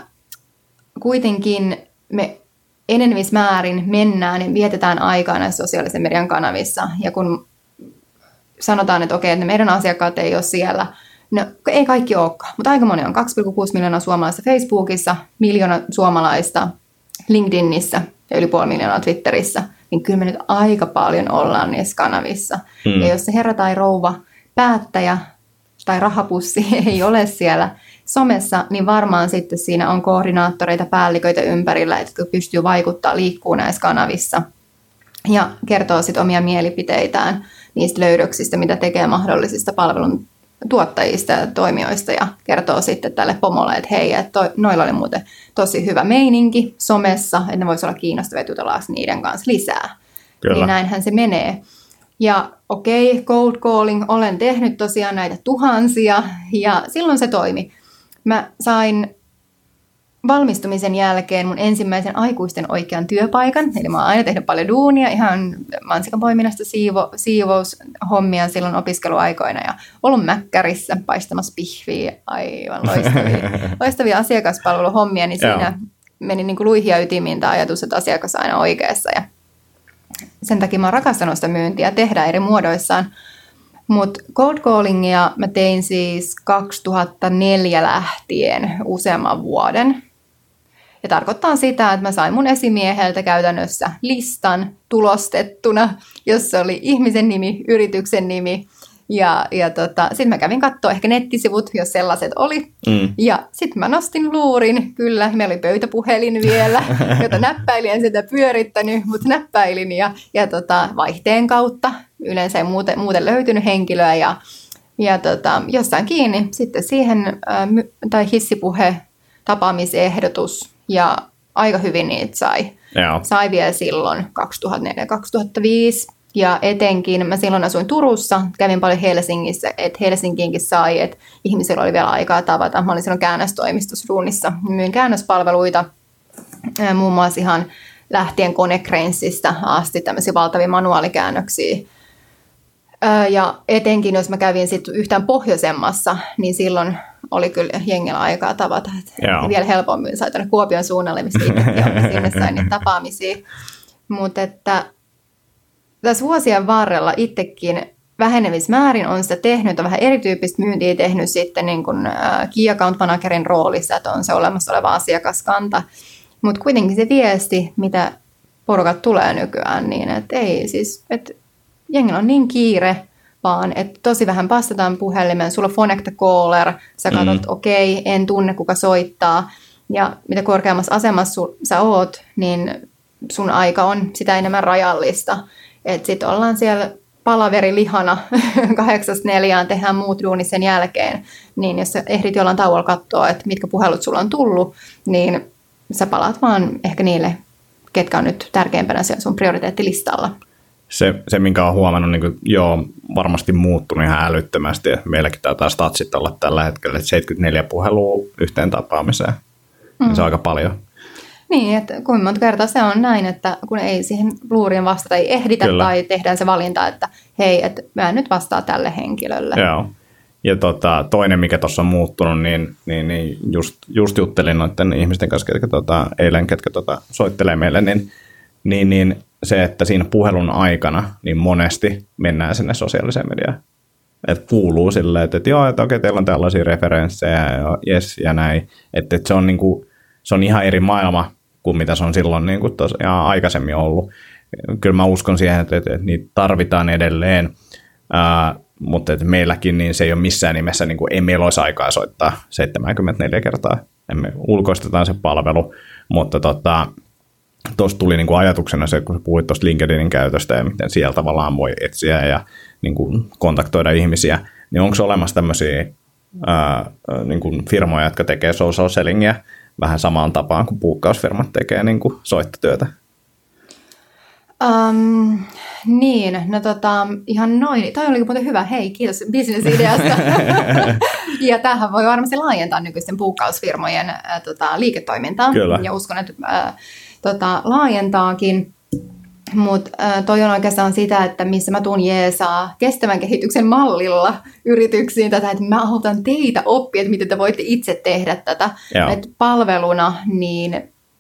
kuitenkin me enenevissä määrin mennään ja vietetään aikaa näissä sosiaalisen median kanavissa. Ja kun sanotaan, että okei, että meidän asiakkaat ei ole siellä, no ei kaikki olekaan, mutta aika moni on. kaksi pilkku kuusi miljoonaa suomalaista Facebookissa, miljoona suomalaista LinkedInissä ja yli puoli miljoonaa Twitterissä. Niin kyllä me nyt aika paljon ollaan niissä kanavissa. Hmm. Ja jos se herra tai rouva päättäjä tai rahapussi ei ole siellä somessa, niin varmaan sitten siinä on koordinaattoreita, päälliköitä ympärillä, jotka pystyy vaikuttaa, liikkuu näissä kanavissa ja kertoo sitten omia mielipiteitään niistä löydöksistä, mitä tekee mahdollisista palvelun tuottajista ja toimijoista ja kertoo sitten tälle pomolle, että hei, että toi, noilla oli muuten tosi hyvä meininki somessa, että ne voisi olla kiinnostavia jutella niiden kanssa lisää. Kyllä. Niin näinhän se menee. Ja okei, okay, cold calling, olen tehnyt tosiaan näitä tuhansia ja silloin se toimi. Mä sain valmistumisen jälkeen mun ensimmäisen aikuisten oikean työpaikan, eli mä oon aina tehnyt paljon duunia, ihan mansikanpoiminnasta siivo, siivoushommia silloin opiskeluaikoina ja ollut mäkkärissä paistamassa pihviä, aivan loistavia, loistavia asiakaspalveluhommia, niin siinä Joo. meni niin kuin luihia ytimiin tämä ajatus, että asiakas on aina oikeassa ja sen takia mä oon rakastanut sitä myyntiä tehdä eri muodoissaan. Mutta cold callingia mä tein siis kaksituhattaneljä lähtien useamman vuoden. Ja tarkoittaa sitä, että mä sain mun esimieheltä käytännössä listan tulostettuna, jossa oli ihmisen nimi, yrityksen nimi. Ja, ja tota, sitten mä kävin katsoa ehkä nettisivut, jos sellaiset oli. Mm. Ja sitten mä nostin luurin, kyllä, meillä oli pöytäpuhelin vielä, jota näppäilin, en sitä pyörittänyt, mutta näppäilin ja, ja tota, vaihteen kautta. Yleensä ei muuten, muuten löytynyt henkilöä ja, ja tota, jossain kiinni sitten siihen, ää, tai hissipuhe, tapaamisehdotus ja aika hyvin niitä sai. Joo. Sai vielä silloin kaksituhattaneljä kaksituhattaviisi. Ja etenkin mä silloin asuin Turussa, kävin paljon Helsingissä, että Helsinkiinkin sai, että ihmisillä oli vielä aikaa tavata. Mä olin silloin käännöstoimistossa duunissa, myin käännöspalveluita, muun muassa ihan lähtien Konecranesista asti tämmöisiä valtavia manuaalikäännöksiä. Ja etenkin, jos mä kävin sitten yhtään pohjoisemmassa, niin silloin oli kyllä jengillä aikaa tavata. Vielä helpommin sai tuonne Kuopion suunnalle, mistä itsekin sinne sain niitä tapaamisia. Mutta että tässä vuosien varrella itsekin vähenevissä määrin on sitä tehnyt, on vähän erityyppistä myyntiä tehnyt sitten niin kuin Key Account Managerin roolissa, että on se olemassa oleva asiakaskanta. Mutta kuitenkin se viesti, mitä porukat tulee nykyään, niin että ei siis, että jengillä on niin kiire, vaan että tosi vähän vastataan puhelimeen, sulla on Phone Caller, sä katsot, mm. okei, okay, en tunne kuka soittaa, ja mitä korkeammassa asemassa sul, sä oot, niin sun aika on sitä enemmän rajallista. Että sitten ollaan siellä palaverilihana kahdeksasta neljään, tehdään muut duunit sen jälkeen, niin jos sä ehdit jollain tauolla katsoa, että mitkä puhelut sulla on tullut, niin sä palaat vaan ehkä niille, ketkä on nyt tärkeimpänä siellä sun prioriteettilistalla. Se, se minkä olen huomannut, niin kuin, joo, varmasti muuttunut ihan älyttömästi. Meilläkin taitaa statsit olla tällä hetkellä, että seitsemänkymmentäneljä puhelua yhteen tapaamiseen. Mm. Se on aika paljon. Niin, että kuinka monta kertaa se on näin, että kun ei siihen luuriin vastata, ei ehditä Kyllä. tai tehdään se valinta, että hei, että mä en nyt vastaa tälle henkilölle. Joo. Ja tota, toinen, mikä tuossa on muuttunut, niin, niin, niin just, just juttelin noiden ihmisten kanssa, ketkä tota, eilen, ketkä tota, soittelee meille, niin, niin, niin se, että siinä puhelun aikana niin monesti mennään sinne sosiaaliseen mediaan. Että kuuluu silleen, että, että joo, että okei, teillä on tällaisia referenssejä ja jes ja näin. Että, että se, on niinku, se on ihan eri maailma kuin mitä se on silloin niinku tosiaan aikaisemmin ollut. Kyllä mä uskon siihen, että, että, että niitä tarvitaan edelleen, ää, mutta että meilläkin niin se ei ole missään nimessä, niin kuin, ei meillä olisi aikaa soittaa seitsemänkymmentäneljä kertaa. Me ulkoistetaan se palvelu, mutta tota, tuossa tuli niin kuin ajatuksena se, kun puhuit tuosta LinkedInin käytöstä ja miten siellä tavallaan voi etsiä ja niin kuin kontaktoida ihmisiä, niin onko olemassa tämmöisiä ää, niin kuin firmoja, jotka tekee social sellingia vähän samaan tapaan kuin puukkausfirmat tekee niin kuin soittotyötä? Um, niin, no tota, ihan noin. Toi oli muuten hyvä. Hei, kiitos business-ideasta. Ja tämähän voi varmasti laajentaa nykyisten puukkausfirmojen äh, tota, liiketoimintaa. Kyllä. Ja uskon, että äh, tota, laajentaakin. Mutta äh, toi on oikeastaan sitä, että missä mä tuun jeesaa kestävän kehityksen mallilla yrityksiin tätä, että mä autan teitä oppia, että miten te voitte itse tehdä tätä. Et palveluna, niin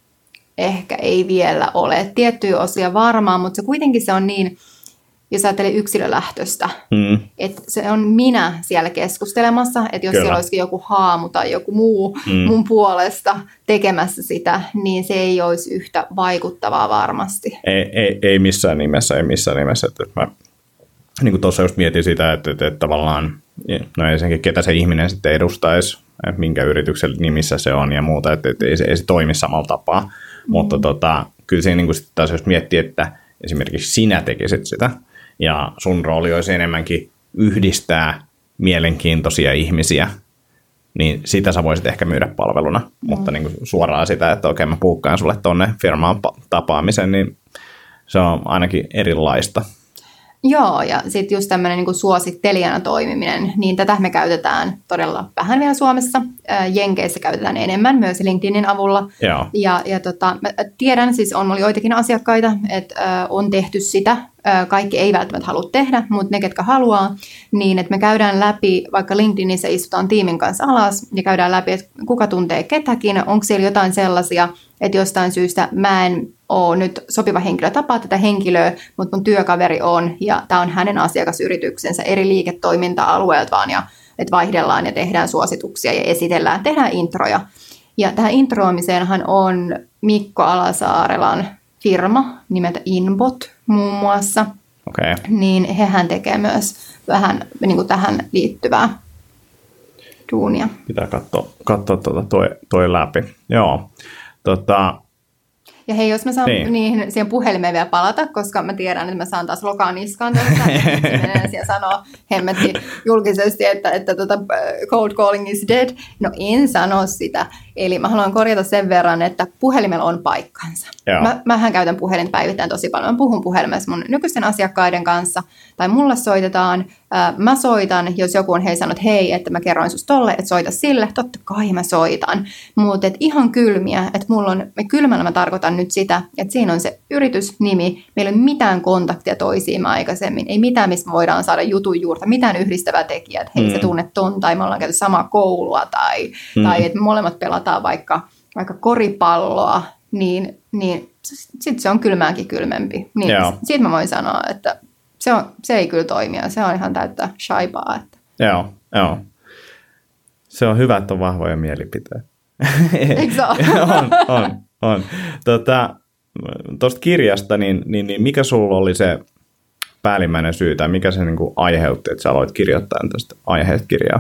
ehkä ei vielä ole tiettyjä osia varmaan, mutta se kuitenkin se on niin, jos ajattelee yksilölähtöistä, mm. että se on minä siellä keskustelemassa, että jos Kyllä. siellä olisikin joku haamu tai joku muu mm. mun puolesta tekemässä sitä, niin se ei olisi yhtä vaikuttavaa varmasti. Ei, ei, ei missään nimessä, ei missään nimessä. Että mä niin kuin tuossa just mietin sitä, että, että, että tavallaan, no ensinnäkin ketä se ihminen sitten edustaisi, että minkä yrityksen nimissä se on ja muuta, että, että ei, se, ei se toimi samalla tapaa. Mm. Mutta tota, kyllä siinä niin kuin sitten taas jos miettii, että esimerkiksi sinä tekisit sitä, ja sun rooli olisi enemmänkin yhdistää mielenkiintoisia ihmisiä, niin sitä sä voisit ehkä myydä palveluna. Mm. Mutta niin kuin suoraan sitä, että okei mä puukkaan sulle tonne firmaan tapaamisen, niin se on ainakin erilaista. Joo, ja sitten just tämmöinen niin kuin suosittelijana toimiminen, niin tätä me käytetään todella vähän vielä Suomessa. Jenkeissä käytetään enemmän myös LinkedInin avulla. Joo. Ja, ja tota, mä tiedän, siis on mulla joitakin asiakkaita, että on tehty sitä. Kaikki ei välttämättä halua tehdä, mutta ne, ketkä haluaa, niin että me käydään läpi, vaikka LinkedInissä istutaan tiimin kanssa alas ja käydään läpi, että kuka tuntee ketäkin, onko siellä jotain sellaisia, että jostain syystä mä en ole nyt sopiva henkilö tapaa tätä henkilöä, mutta mun työkaveri on, ja tämä on hänen asiakasyrityksensä eri liiketoiminta-alueelta vaan, ja että vaihdellaan ja tehdään suosituksia ja esitellään, tehdään introja. Ja tähän introamiseenhan on Mikko Alasaarelan firma nimeltä Inbot muun muassa, okay. Niin hehän tekee myös vähän niin kuin tähän liittyvää duunia. Pitää katsoa, katsoa tuota toi, toi läpi. Joo. Tota, ja hei, jos mä saan niin. niihin siihen puhelimeen vielä palata, koska mä tiedän, että mä saan taas lokaan niskaan tästä, että siellä sanoo hemmetti julkisesti, että, että tota, cold calling is dead. No en sano sitä. Eli mä haluan korjata sen verran, että puhelimella on paikkansa. Mä, mähän käytän puhelinta päivittäin tosi paljon. Mä puhun puhelimessa mun nykyisten asiakkaiden kanssa, tai mulle soitetaan. Mä soitan, jos joku on hei sanonut, että hei, että mä kerroin susta tolle, että soita sille. Totta kai mä soitan. Mutta ihan kylmiä, että mulla on, kylmällä mä tarkoitan nyt sitä, että siinä on se yritysnimi. Meillä ei ole mitään kontaktia toisiimme aikaisemmin. Ei mitään, mistä voidaan saada jutun juurta. Mitään yhdistävää tekijää, että hei, mm. sä tunnet ton, tai me ollaan käyty samaa koulua, tai, mm. tai että me molemmat pelataan vaikka, vaikka koripalloa, niin, niin sitten se on kylmäänkin kylmempi. Niin siitä mä voin sanoa, että se, on, se ei kyllä toimia. Se on ihan täyttä shaibaa. Että. Joo, joo. Se on hyvä, että on vahvoja mielipiteitä. Eikö se ole? on, on, on. Tuosta tota, kirjasta, niin, niin, niin mikä sulla oli se päällimmäinen syy, tai mikä se niin kuin aiheutti, että sä aloit kirjoittaa tästä aiheesta kirjaa?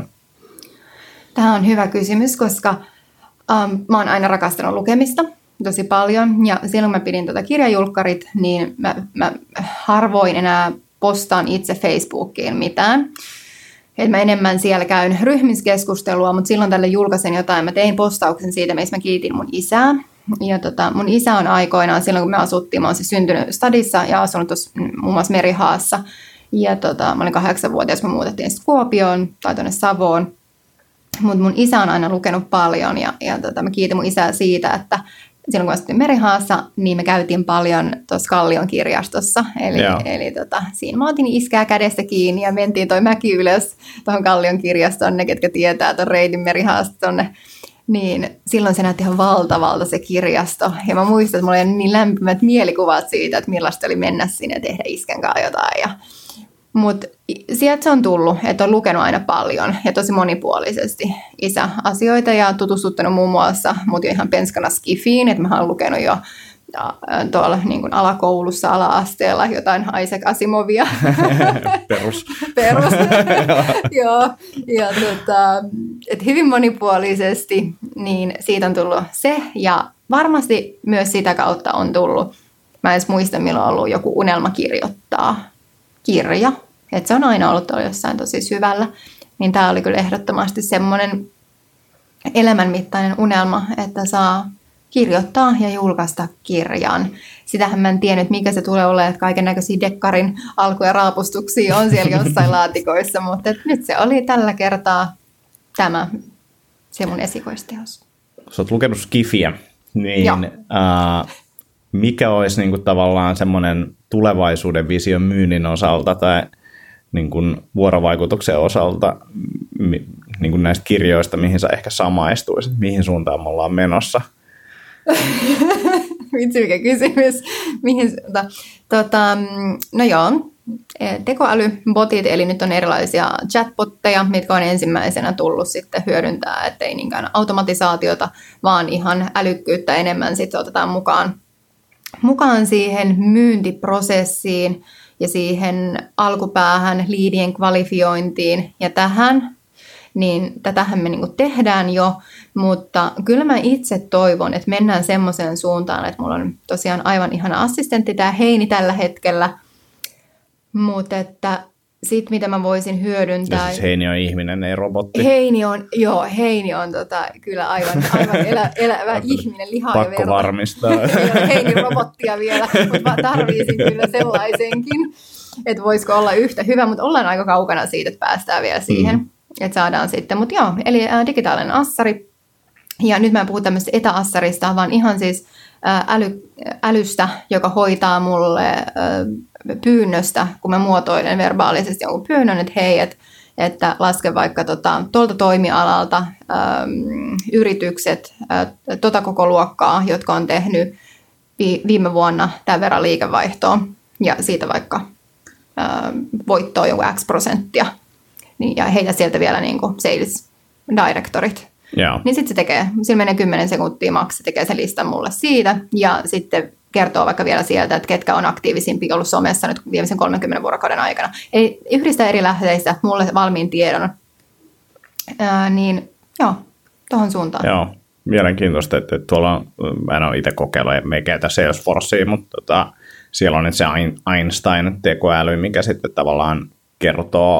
Tämä on hyvä kysymys, koska um, mä oon aina rakastanut lukemista tosi paljon, ja silloin mä pidin tätä kirjajulkkarit, niin mä, mä harvoin enää postaan itse Facebookiin mitään. Et mä enemmän siellä käyn ryhmiskeskustelua, mutta silloin tälle julkaisen jotain. Mä tein postauksen siitä, missä mä kiitin mun isää. Ja tota, mun isä on aikoinaan, silloin kun me asuttiin, mä oon siis syntynyt Stadissa ja asunut tuossa muun muassa Merihaassa. Ja tota, mä olin kahdeksanvuotias, kun me muutettiin sitten Kuopioon tai tuonne Savoon. Mutta mun isä on aina lukenut paljon ja, ja tota, mä kiitin mun isää siitä, että silloin kun asuttiin Merihaassa, niin me käytiin paljon tuossa Kallion kirjastossa. Eli, eli tota, siinä mä otin iskää kädestä kiinni ja mentiin toi mäki ylös tuohon Kallion kirjastoon, ne ketkä tietää tuon reitin Merihaasta tuonne. Niin silloin se näytti ihan valtavalta se kirjasto. Ja mä muistan, että mulla oli niin lämpimät mielikuvat siitä, että millaista oli mennä sinne ja tehdä iskän kanssa jotain. Ja mutta sieltä se on tullut, että on lukenut aina paljon ja tosi monipuolisesti isä asioita ja tutustuttanut muun muassa mut jo ihan penskana skifiin, että mä oon lukenut jo ja, tuolla niin kuin alakoulussa, ala-asteella jotain Isaac Asimovia. Perus. Perus. Joo, ja tota, et hyvin monipuolisesti, niin siitä on tullut se ja varmasti myös sitä kautta on tullut, mä en edes muista milloin on ollut joku unelma kirjoittaa kirja, että se on aina ollut jossain tosi syvällä, niin tämä oli kyllä ehdottomasti semmoinen elämänmittainen unelma, että saa kirjoittaa ja julkaista kirjan. Sitähän mä en tiennyt, mikä se tulee olemaan, että kaiken näköisiä dekkarin alku- ja raapustuksia on siellä jossain laatikoissa, mutta nyt se oli tällä kertaa tämä, se mun esikoisteos. Sä oot lukenut skifiä, niin äh, mikä olisi niinku tavallaan semmoinen tulevaisuuden vision myynnin osalta tai niin kuin vuorovaikutuksen osalta niin kuin näistä kirjoista, mihin sä ehkä samaistuisit, mihin suuntaan me ollaan menossa? Vitsi, mikä kysymys. Mihin suuntaan? Tota, no joo, tekoälybotit, eli nyt on erilaisia chatbotteja, mitkä on ensimmäisenä tullut sitten hyödyntää, ettei niinkään automatisaatiota, vaan ihan älykkyyttä enemmän sitten otetaan mukaan mukaan siihen myyntiprosessiin ja siihen alkupäähän liidien kvalifiointiin ja tähän, niin tätähän me niinku tehdään jo, mutta kyllä mä itse toivon, että mennään semmoiseen suuntaan, että mulla on tosiaan aivan ihana assistentti, tämä Heini tällä hetkellä, mutta että sitten mitä mä voisin hyödyntää. Ja siis Heini on ihminen, ei robotti. Heini on, joo, Heini on tota, kyllä aivan, aivan elä, elävä ihminen, liha ja verta. Pakko varmistaa. Heini robottia vielä, mutta tarviisin kyllä sellaisenkin, että voisiko olla yhtä hyvä, mutta ollaan aika kaukana siitä, että päästään vielä siihen, mm. että saadaan sitten. Mutta joo, eli ä, digitaalinen assari, ja nyt mä en puhu tämmöistä etäassarista, vaan ihan siis ä, äly, älystä, joka hoitaa mulle ä, pyynnöstä, kun mä muotoilen verbaalisesti jonkun pyynnön, että hei, et, että laske vaikka tota, tuolta toimialalta äm, yritykset, ä, tota koko luokkaa, jotka on tehnyt vi, viime vuonna tämän verran liikevaihtoa ja siitä vaikka ä, voittoa jonkun X prosenttia. Niin, ja heitä sieltä vielä niin kuin sales directorit. Yeah. Niin sitten se tekee, sillä menee kymmenen sekuntia maks, se tekee sen listan mulle siitä ja sitten kertoo vaikka vielä sieltä, että ketkä on aktiivisimpia ollut somessa nyt viimeisen kolmenkymmenen vuorokauden aikana. Eli yhdistä eri lähteistä mulle valmiin tiedon. Ää, niin joo, tuohon suuntaan. Joo, mielenkiintoista, että tuolla on, mä en ole itse kokeillut, me ei käytä Salesforcea, mutta tota, siellä on nyt se Einstein-tekoäly, mikä sitten tavallaan kertoo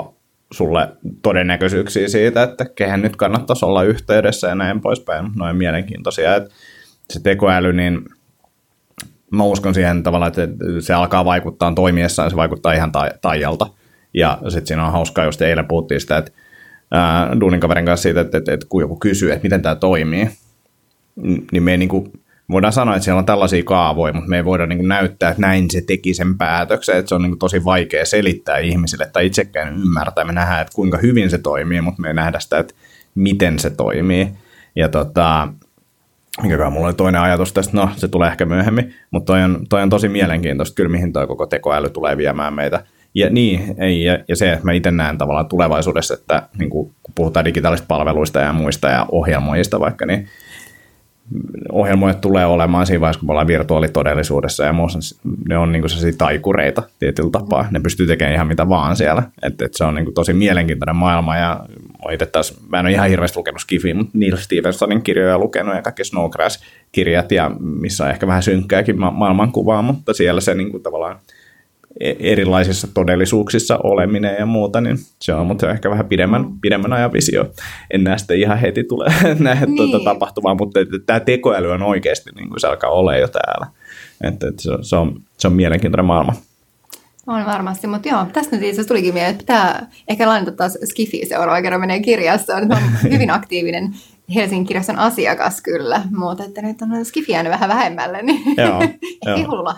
sulle todennäköisyyksiä siitä, että kehen nyt kannattaisi olla yhteydessä ja näin poispäin. Noin mielenkiintoisia. Että se tekoäly, niin mä uskon siihen tavallaan, että se alkaa vaikuttaa toimiessaan, se vaikuttaa ihan taialta. Ja sitten siinä on hauskaa, just eilen puhuttiin sitä, että ää, duunin kaverin kanssa siitä, että, että, että kun joku kysyy, että miten tämä toimii, niin me ei niin kuin, voidaan sanoa, että siellä on tällaisia kaavoja, mutta me ei voida niin kuin näyttää, että näin se teki sen päätöksen, että se on niin kuin tosi vaikea selittää ihmisille tai itsekään ymmärtää. Me nähdään, että kuinka hyvin se toimii, mutta me ei nähdä sitä, että miten se toimii. Ja tota, mikäkään mulla oli toinen ajatus tästä, no se tulee ehkä myöhemmin, mutta toi on, toi on tosi mielenkiintoista kyllä, mihin toi koko tekoäly tulee viemään meitä. Ja niin, ei, ja, ja se, että mä itse näen tavallaan tulevaisuudessa, että niin kun puhutaan digitaalisista palveluista ja muista ja ohjelmoijista vaikka, niin ohjelmoijat tulee olemaan siinä vaiheessa, kun me ollaan virtuaalitodellisuudessa ja muussa, ne on niin sellaisia taikureita tietyllä tapaa. Ne pystyy tekemään ihan mitä vaan siellä. Et, et se on niin tosi mielenkiintoinen maailma ja itse taas, mä en ole ihan hirveästi lukenut Skifiä, mutta Neil Stephensonin kirjoja lukenut ja kaikki Snowgrass-kirjat, ja missä on ehkä vähän synkkääkin ma- maailmankuvaa, mutta siellä se niin tavallaan erilaisissa todellisuuksissa oleminen ja muuta, niin se on, mutta se on ehkä vähän pidemmän, pidemmän ajan visio. En näe sitä ihan heti tule nähdä niin. tuota tapahtumaan, mutta tämä tekoäly on oikeasti, niin kuin se alkaa olla jo täällä. Että, että se, se, on, se on mielenkiintoinen maailma. On varmasti, mutta joo, tästä nyt itse tulikin mieleen, että pitää ehkä lainata taas Skifiä seuraava kerran menee kirjassa. On hyvin aktiivinen Helsingin kirjaston asiakas kyllä, mutta että nyt on Skifi jäänyt vähän vähemmälle, niin ei hullu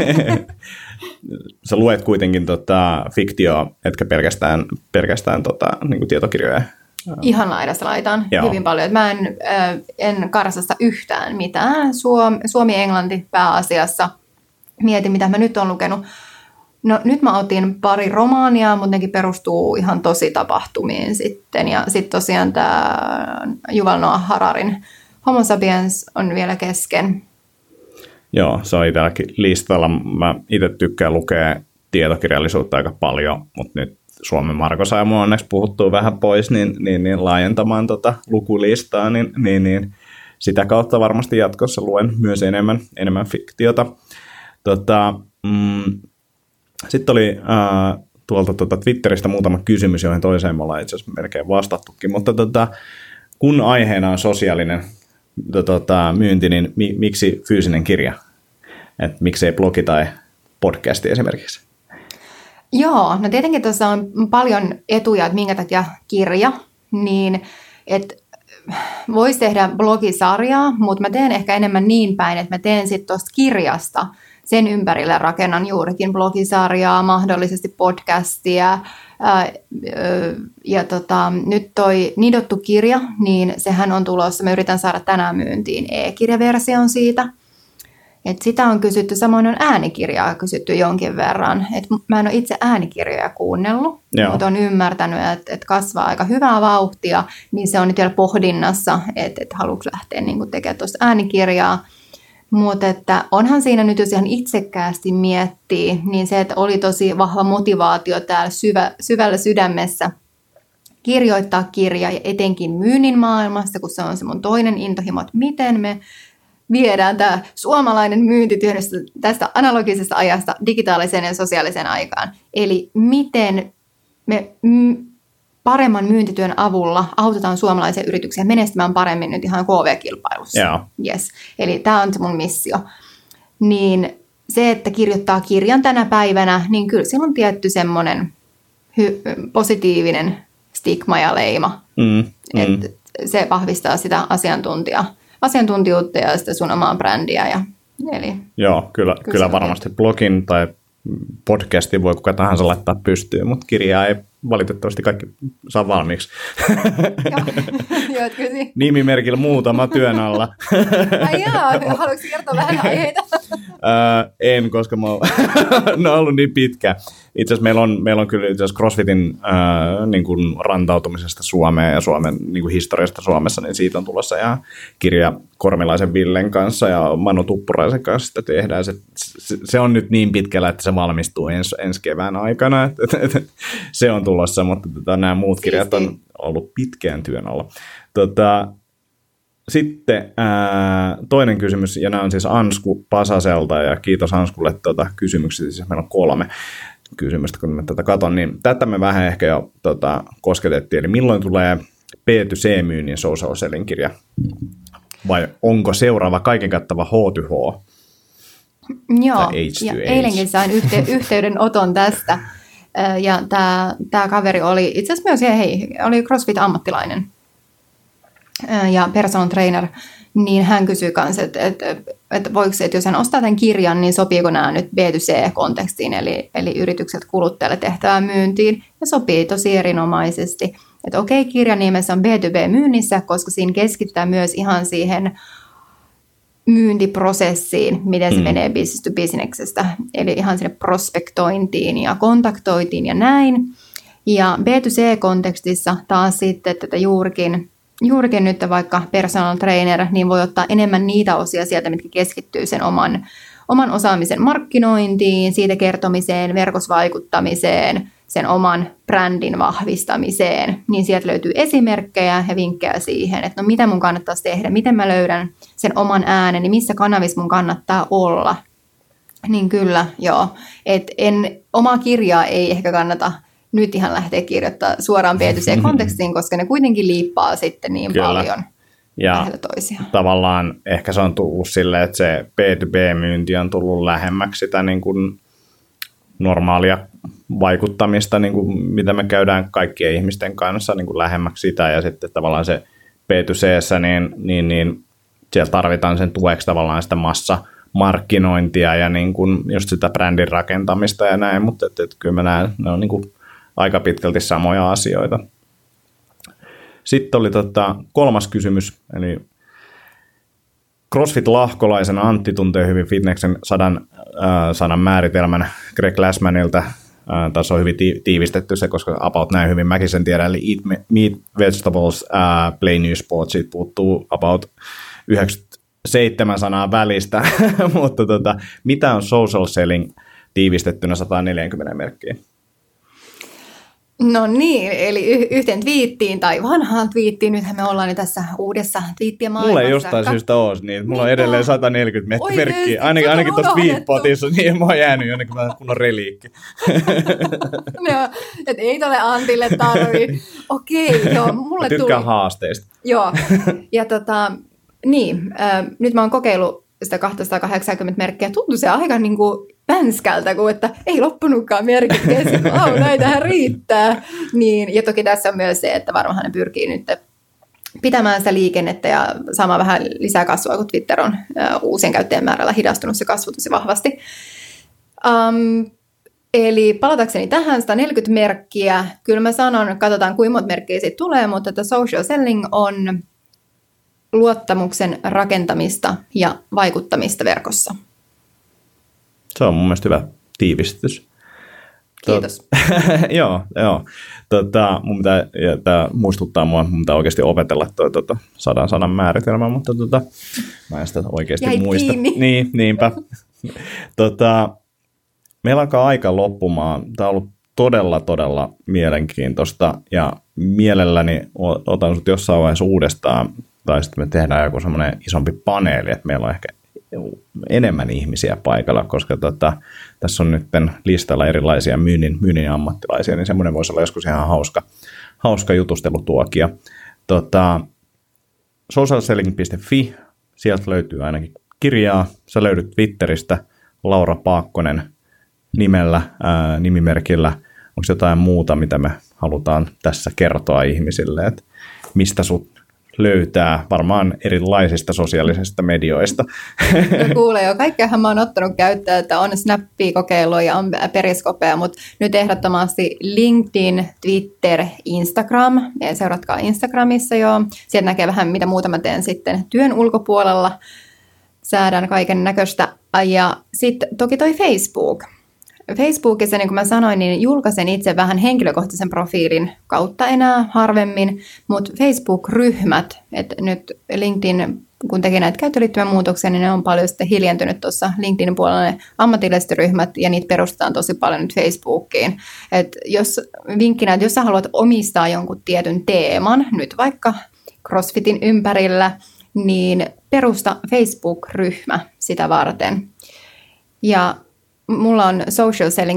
Sä luet kuitenkin tota fiktioa, etkä pelkästään, pelkästään tota, niin kuin tietokirjoja. Ihan laidasta laitaan Joo. hyvin paljon. Mä en, äh, en karsasta yhtään mitään. Suomi, Suomi-Englanti pääasiassa. Mietin, mitä mä nyt oon lukenut. No nyt mä otin pari romaania, mutta nekin perustuu ihan tosi tapahtumiin sitten. Ja sitten tosiaan tämä Yuval Noah Hararin Homo sapiens on vielä kesken. Joo, se on itselläkin listalla. Mä itse tykkään lukea tietokirjallisuutta aika paljon, mutta nyt Suomen Marko sai mun onneksi puhuttua vähän pois, niin, niin, niin laajentamaan tota lukulistaa, niin, niin, niin sitä kautta varmasti jatkossa luen myös enemmän, enemmän fiktiota. Tota, mm, Sitten oli äh, tuolta tuota Twitteristä muutama kysymys, joihin toiseen me ollaan itse asiassa melkein vastattukin, mutta tota, kun aiheena on sosiaalinen tota, myynti, niin mi, miksi fyysinen kirja? Et miksei blogi tai podcasti esimerkiksi? Joo, no tietenkin tuossa on paljon etuja, että minkä takia kirja, niin että voisi tehdä blogisarjaa, mutta mä teen ehkä enemmän niin päin, että mä teen sitten tuosta kirjasta sen ympärille rakennan juurikin blogisarjaa, mahdollisesti podcastia. Ää, ja tota, nyt toi Nidottu kirja, niin sehän on tulossa. Mä yritän saada tänään myyntiin e-kirjaversion siitä. Et sitä on kysytty, samoin on äänikirjaa kysytty jonkin verran. Et mä en ole itse äänikirjoja kuunnellut, Joo. mutta olen ymmärtänyt, että et kasvaa aika hyvää vauhtia, niin se on nyt vielä pohdinnassa, että et haluatko lähteä niin tekemään tuosta äänikirjaa. Mutta että onhan siinä nyt, jos ihan itsekkäästi miettii, niin se, että oli tosi vahva motivaatio täällä syvä, syvällä sydämessä kirjoittaa kirja ja etenkin myynnin maailmassa, kun se on se mun toinen intohimo, että miten me viedään tämä suomalainen myyntityö tästä analogisesta ajasta digitaaliseen ja sosiaaliseen aikaan. Eli miten me paremman myyntityön avulla autetaan suomalaisia yrityksiä menestymään paremmin nyt ihan K V-kilpailussa. Yeah. Yes. Eli tämä on se mun missio. Niin se, että kirjoittaa kirjan tänä päivänä, niin kyllä sillä on tietty semmoinen hy- positiivinen stigma ja leima. Mm, mm. Että se vahvistaa sitä asiantuntija, asiantuntijuutta ja sitä sun omaa brändiä. Ja, eli, Joo, kyllä, kyllä, kyllä varmasti blogin tai podcastin voi kuka tahansa laittaa pystyyn, mutta kirjaa ei valitettavasti kaikki saa valmiiksi. Joo, nimimerkillä muutama työn alla. Ai jaa, haluatko kertoa vähän aiheita? uh, en, koska mä oon, ne on ollut niin pitkä. Itse asiassa meillä on, meillä on kyllä itse asiassa CrossFitin uh, niin kuin rantautumisesta Suomeen ja Suomen niin kuin historiasta Suomessa, niin siitä on tulossa ihan kirja Kormilaisen Villen kanssa ja Manu Tuppuraisen kanssa sitä tehdään. Se, se, se on nyt niin pitkällä, että se valmistuu ens, ensi kevään aikana. Et, et, et, se on tulossa, mutta tota, nämä muut kirjat on ollut pitkään työn alla. Tota, sitten ää, toinen kysymys, ja nämä on siis Ansku Pasaselta, ja kiitos Anskulle tuota, kysymyksistä, siis meillä on kolme. kysymystä, kun mä tätä katon, niin tätä me vähän ehkä jo tota, kosketettiin, eli milloin tulee B two C-myynnin social selling kirja, vai onko seuraava kaiken kattava H two H? Joo, ja eilenkin sain yhte- yhteydenoton tästä, ja tämä, tämä kaveri oli itse asiassa myös, hei, oli CrossFit-ammattilainen ja personal trainer, niin hän kysyi kanssa, että, että, että voiko se, että jos hän ostaa tämän kirjan, niin sopiiko nämä nyt B two C-kontekstiin, eli, eli yritykset kuluttajalle tehtävään myyntiin, ja sopii tosi erinomaisesti. Että okei, kirjan nimessä on B two B-myynnissä, koska siinä keskittää myös ihan siihen myyntiprosessiin, miten se mm. menee business to businessista, eli ihan sinne prospektointiin ja kontaktointiin ja näin. Ja B two C-kontekstissa taas sitten tätä juurikin, juurikin nyt vaikka personal trainer, niin voi ottaa enemmän niitä osia sieltä, mitkä keskittyy sen oman, oman osaamisen markkinointiin, siitä kertomiseen, verkosvaikuttamiseen, sen oman brändin vahvistamiseen, niin sieltä löytyy esimerkkejä ja vinkkejä siihen, että no mitä mun kannattaisi tehdä, miten mä löydän sen oman äänen, niin missä kanavissa mun kannattaa olla. Niin kyllä, joo. Et en, omaa kirjaa ei ehkä kannata nyt ihan lähteä kirjoittamaan suoraan B two C-kontekstiin, koska ne kuitenkin liippaa sitten niin kyllä. paljon ja lähellä toisiaan. Tavallaan ehkä se on tullut silleen, että se B two B-myynti on tullut lähemmäksi sitä niin kuin normaalia vaikuttamista, niin kuin mitä me käydään kaikkien ihmisten kanssa niin kuin lähemmäksi sitä, ja sitten tavallaan se B two C:ssä, niin, niin, niin siellä tarvitaan sen tueksi tavallaan sitä massamarkkinointia ja niin kuin just sitä brändin rakentamista ja näin, mutta et, et, kyllä mä näen, ne on niin kuin aika pitkälti samoja asioita. Sitten oli tota, kolmas kysymys, eli CrossFit-lahkolaisena Antti tuntee hyvin fitneksen sadan äh, sanan määritelmän Greg Glassmanilta. Äh, tässä on hyvin ti- tiivistetty se, koska about näin hyvin mäkin sen tiedän, eli eat meat, vegetables, uh, play new sports, siitä puuttuu about yhdeksänkymmentäseitsemän sanaa välistä, mutta tota, mitä on social selling tiivistettynä sata neljäkymmentä merkkiä? No niin, eli y- yhteen twiittiin tai vanhaan twiittiin, nythän me ollaan nyt tässä uudessa twiittien maailmassa. Mulla ei jostain Ka- syystä ole, niin mulla on edelleen sata neljäkymmentä Oi, merkkiä, ainakin, ainakin tuossa tweetpotissa, niin mä oon jäänyt jonnekin kunnon reliikki. No, että ei tole Antille tarvii. Okei, joo, mulle tuli. Tykkään haasteista. Joo, ja tota, niin, äh, nyt mä oon kokeillut sitä kaksisataakahdeksankymmentä merkkiä, tuntui se aika niin kuin pänskältä, kun että ei loppunutkaan merkit kesken, au, näitähän riittää. Niin, ja toki tässä on myös se, että varmaan ne pyrkii nyt pitämään sitä liikennettä ja saamaan vähän lisää kasvua, kun Twitter on uh, uusien käyttäjien määrällä hidastunut se kasvu tosi vahvasti. Um, eli palatakseni tähän sata neljäkymmentä merkkiä, kyllä mä sanon, katsotaan kuinka monta merkkiä siitä tulee, mutta että social selling on luottamuksen rakentamista ja vaikuttamista verkossa. Se on mun mielestä hyvä tiivistys. Kiitos. joo, joo. Tota, mun pitää, ja tää muistuttaa mua, mun pitää oikeasti opetella tuo tota, sadan sanan määritelmä, mutta tota, mä en sitä oikeasti Jäi muista. Kiinni. Niin, niinpä. tota, meillä alkaa aika loppumaan. Tämä on ollut todella, todella mielenkiintoista, ja mielelläni otan sut jossain vaiheessa uudestaan, tai sitten me tehdään joku semmoinen isompi paneeli, että meillä on ehkä enemmän ihmisiä paikalla, koska tota, tässä on nyt listalla erilaisia myynnin, myynnin ammattilaisia, niin semmoinen voisi olla joskus ihan hauska, hauska jutustelutuokio. Tota, socialselling piste fi, sieltä löytyy ainakin kirjaa, sä löydät Twitteristä Laura Paakkonen nimellä, ää, nimimerkillä. Onko jotain muuta, mitä me halutaan tässä kertoa ihmisille, että mistä sut löytää varmaan erilaisista sosiaalisista medioista. No kuulee jo, kaikkeahan mä oon ottanut käyttöön, että on Snappia kokeilua ja on Periskopea, mutta nyt ehdottomasti LinkedIn, Twitter, Instagram. Ja seuratkaa Instagramissa jo. Sieltä näkee vähän, mitä muuta mä teen sitten työn ulkopuolella. Säädän kaiken näköistä. Ja sitten toki toi Facebook. Facebookissa, niin kuin mä sanoin, niin julkaisen itse vähän henkilökohtaisen profiilin kautta enää harvemmin, mutta Facebook-ryhmät, että nyt LinkedIn, kun teki näitä käyttöliittymän muutoksia, niin ne on paljon sitten hiljentynyt tuossa LinkedInin puolella ne ammatilliset ryhmät, ja niitä perustetaan tosi paljon nyt Facebookiin. Et jos, vinkkinä, että jos sä haluat omistaa jonkun tietyn teeman, nyt vaikka CrossFitin ympärillä, niin perusta Facebook-ryhmä sitä varten. Ja mulla on Social Selling Fi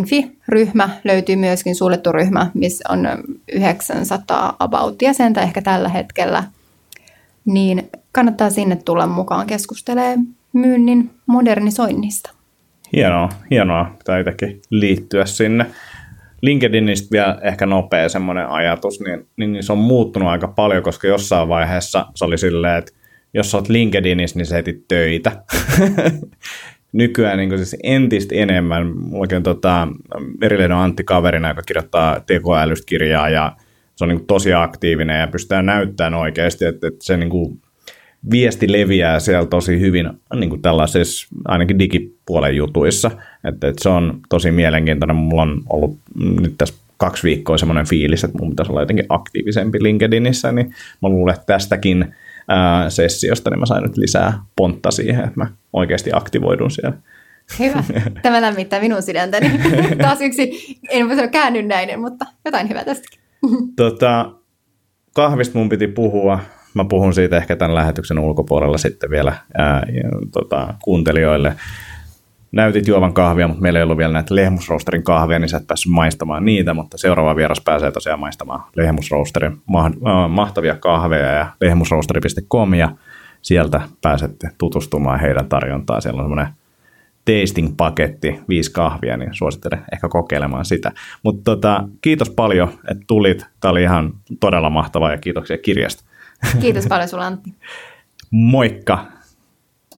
ryhmä löytyy myöskin, suljettu ryhmä, missä on yhdeksänsataa about jäsentä ehkä tällä hetkellä. Niin kannattaa sinne tulla mukaan keskustelemaan myynnin modernisoinnista. Hienoa, hienoa. Pitää itsekin liittyä sinne. LinkedInistä vielä ehkä nopea semmoinen ajatus, niin, niin se on muuttunut aika paljon, koska jossain vaiheessa se oli silleen, että jos sä oot LinkedInissä, niin sä etit töitä. Nykyään niin siis entistä enemmän. Mullakin on tota, Merilehdon Antti kaverina, joka kirjoittaa tekoälystä kirjaa, ja se on niin tosi aktiivinen ja pystytään näyttämään oikeasti, että, että se niin kuin viesti leviää siellä tosi hyvin niin kuin tällaisissa ainakin digipuolen jutuissa. Että, että se on tosi mielenkiintoinen. Mulla on ollut nyt tässä kaksi viikkoa semmoinen fiilis, että mun pitäisi olla jotenkin aktiivisempi LinkedInissä, niin mä luulen, että tästäkin ää, sessiosta niin mä sain nyt lisää pontta siihen, että mä oikeasti aktivoidun siellä. Hyvä. Tämä lämmittää minun sydäntäni. Taas yksi, en voi sanoa käännynnäinen, mutta jotain hyvää tästäkin. Tota, kahvista mun piti puhua. Mä puhun siitä ehkä tämän lähetyksen ulkopuolella sitten vielä ää, ja, tota, kuuntelijoille. Näytit juovan kahvia, mutta meillä ei ollut vielä näitä Lehmusroosterin kahvia, niin sä et päässyt maistamaan niitä, mutta seuraava vieras pääsee tosiaan maistamaan Lehmusroosterin ma- äh, mahtavia kahveja ja lehmusroosteri piste com, ja sieltä pääsette tutustumaan heidän tarjontaan. Siellä on semmoinen tasting-paketti, viisi kahvia, niin suosittelen ehkä kokeilemaan sitä. Mutta tota, kiitos paljon, että tulit. Tämä oli ihan todella mahtavaa ja kiitoksia kirjasta. Kiitos paljon sulle, Antti. Moikka!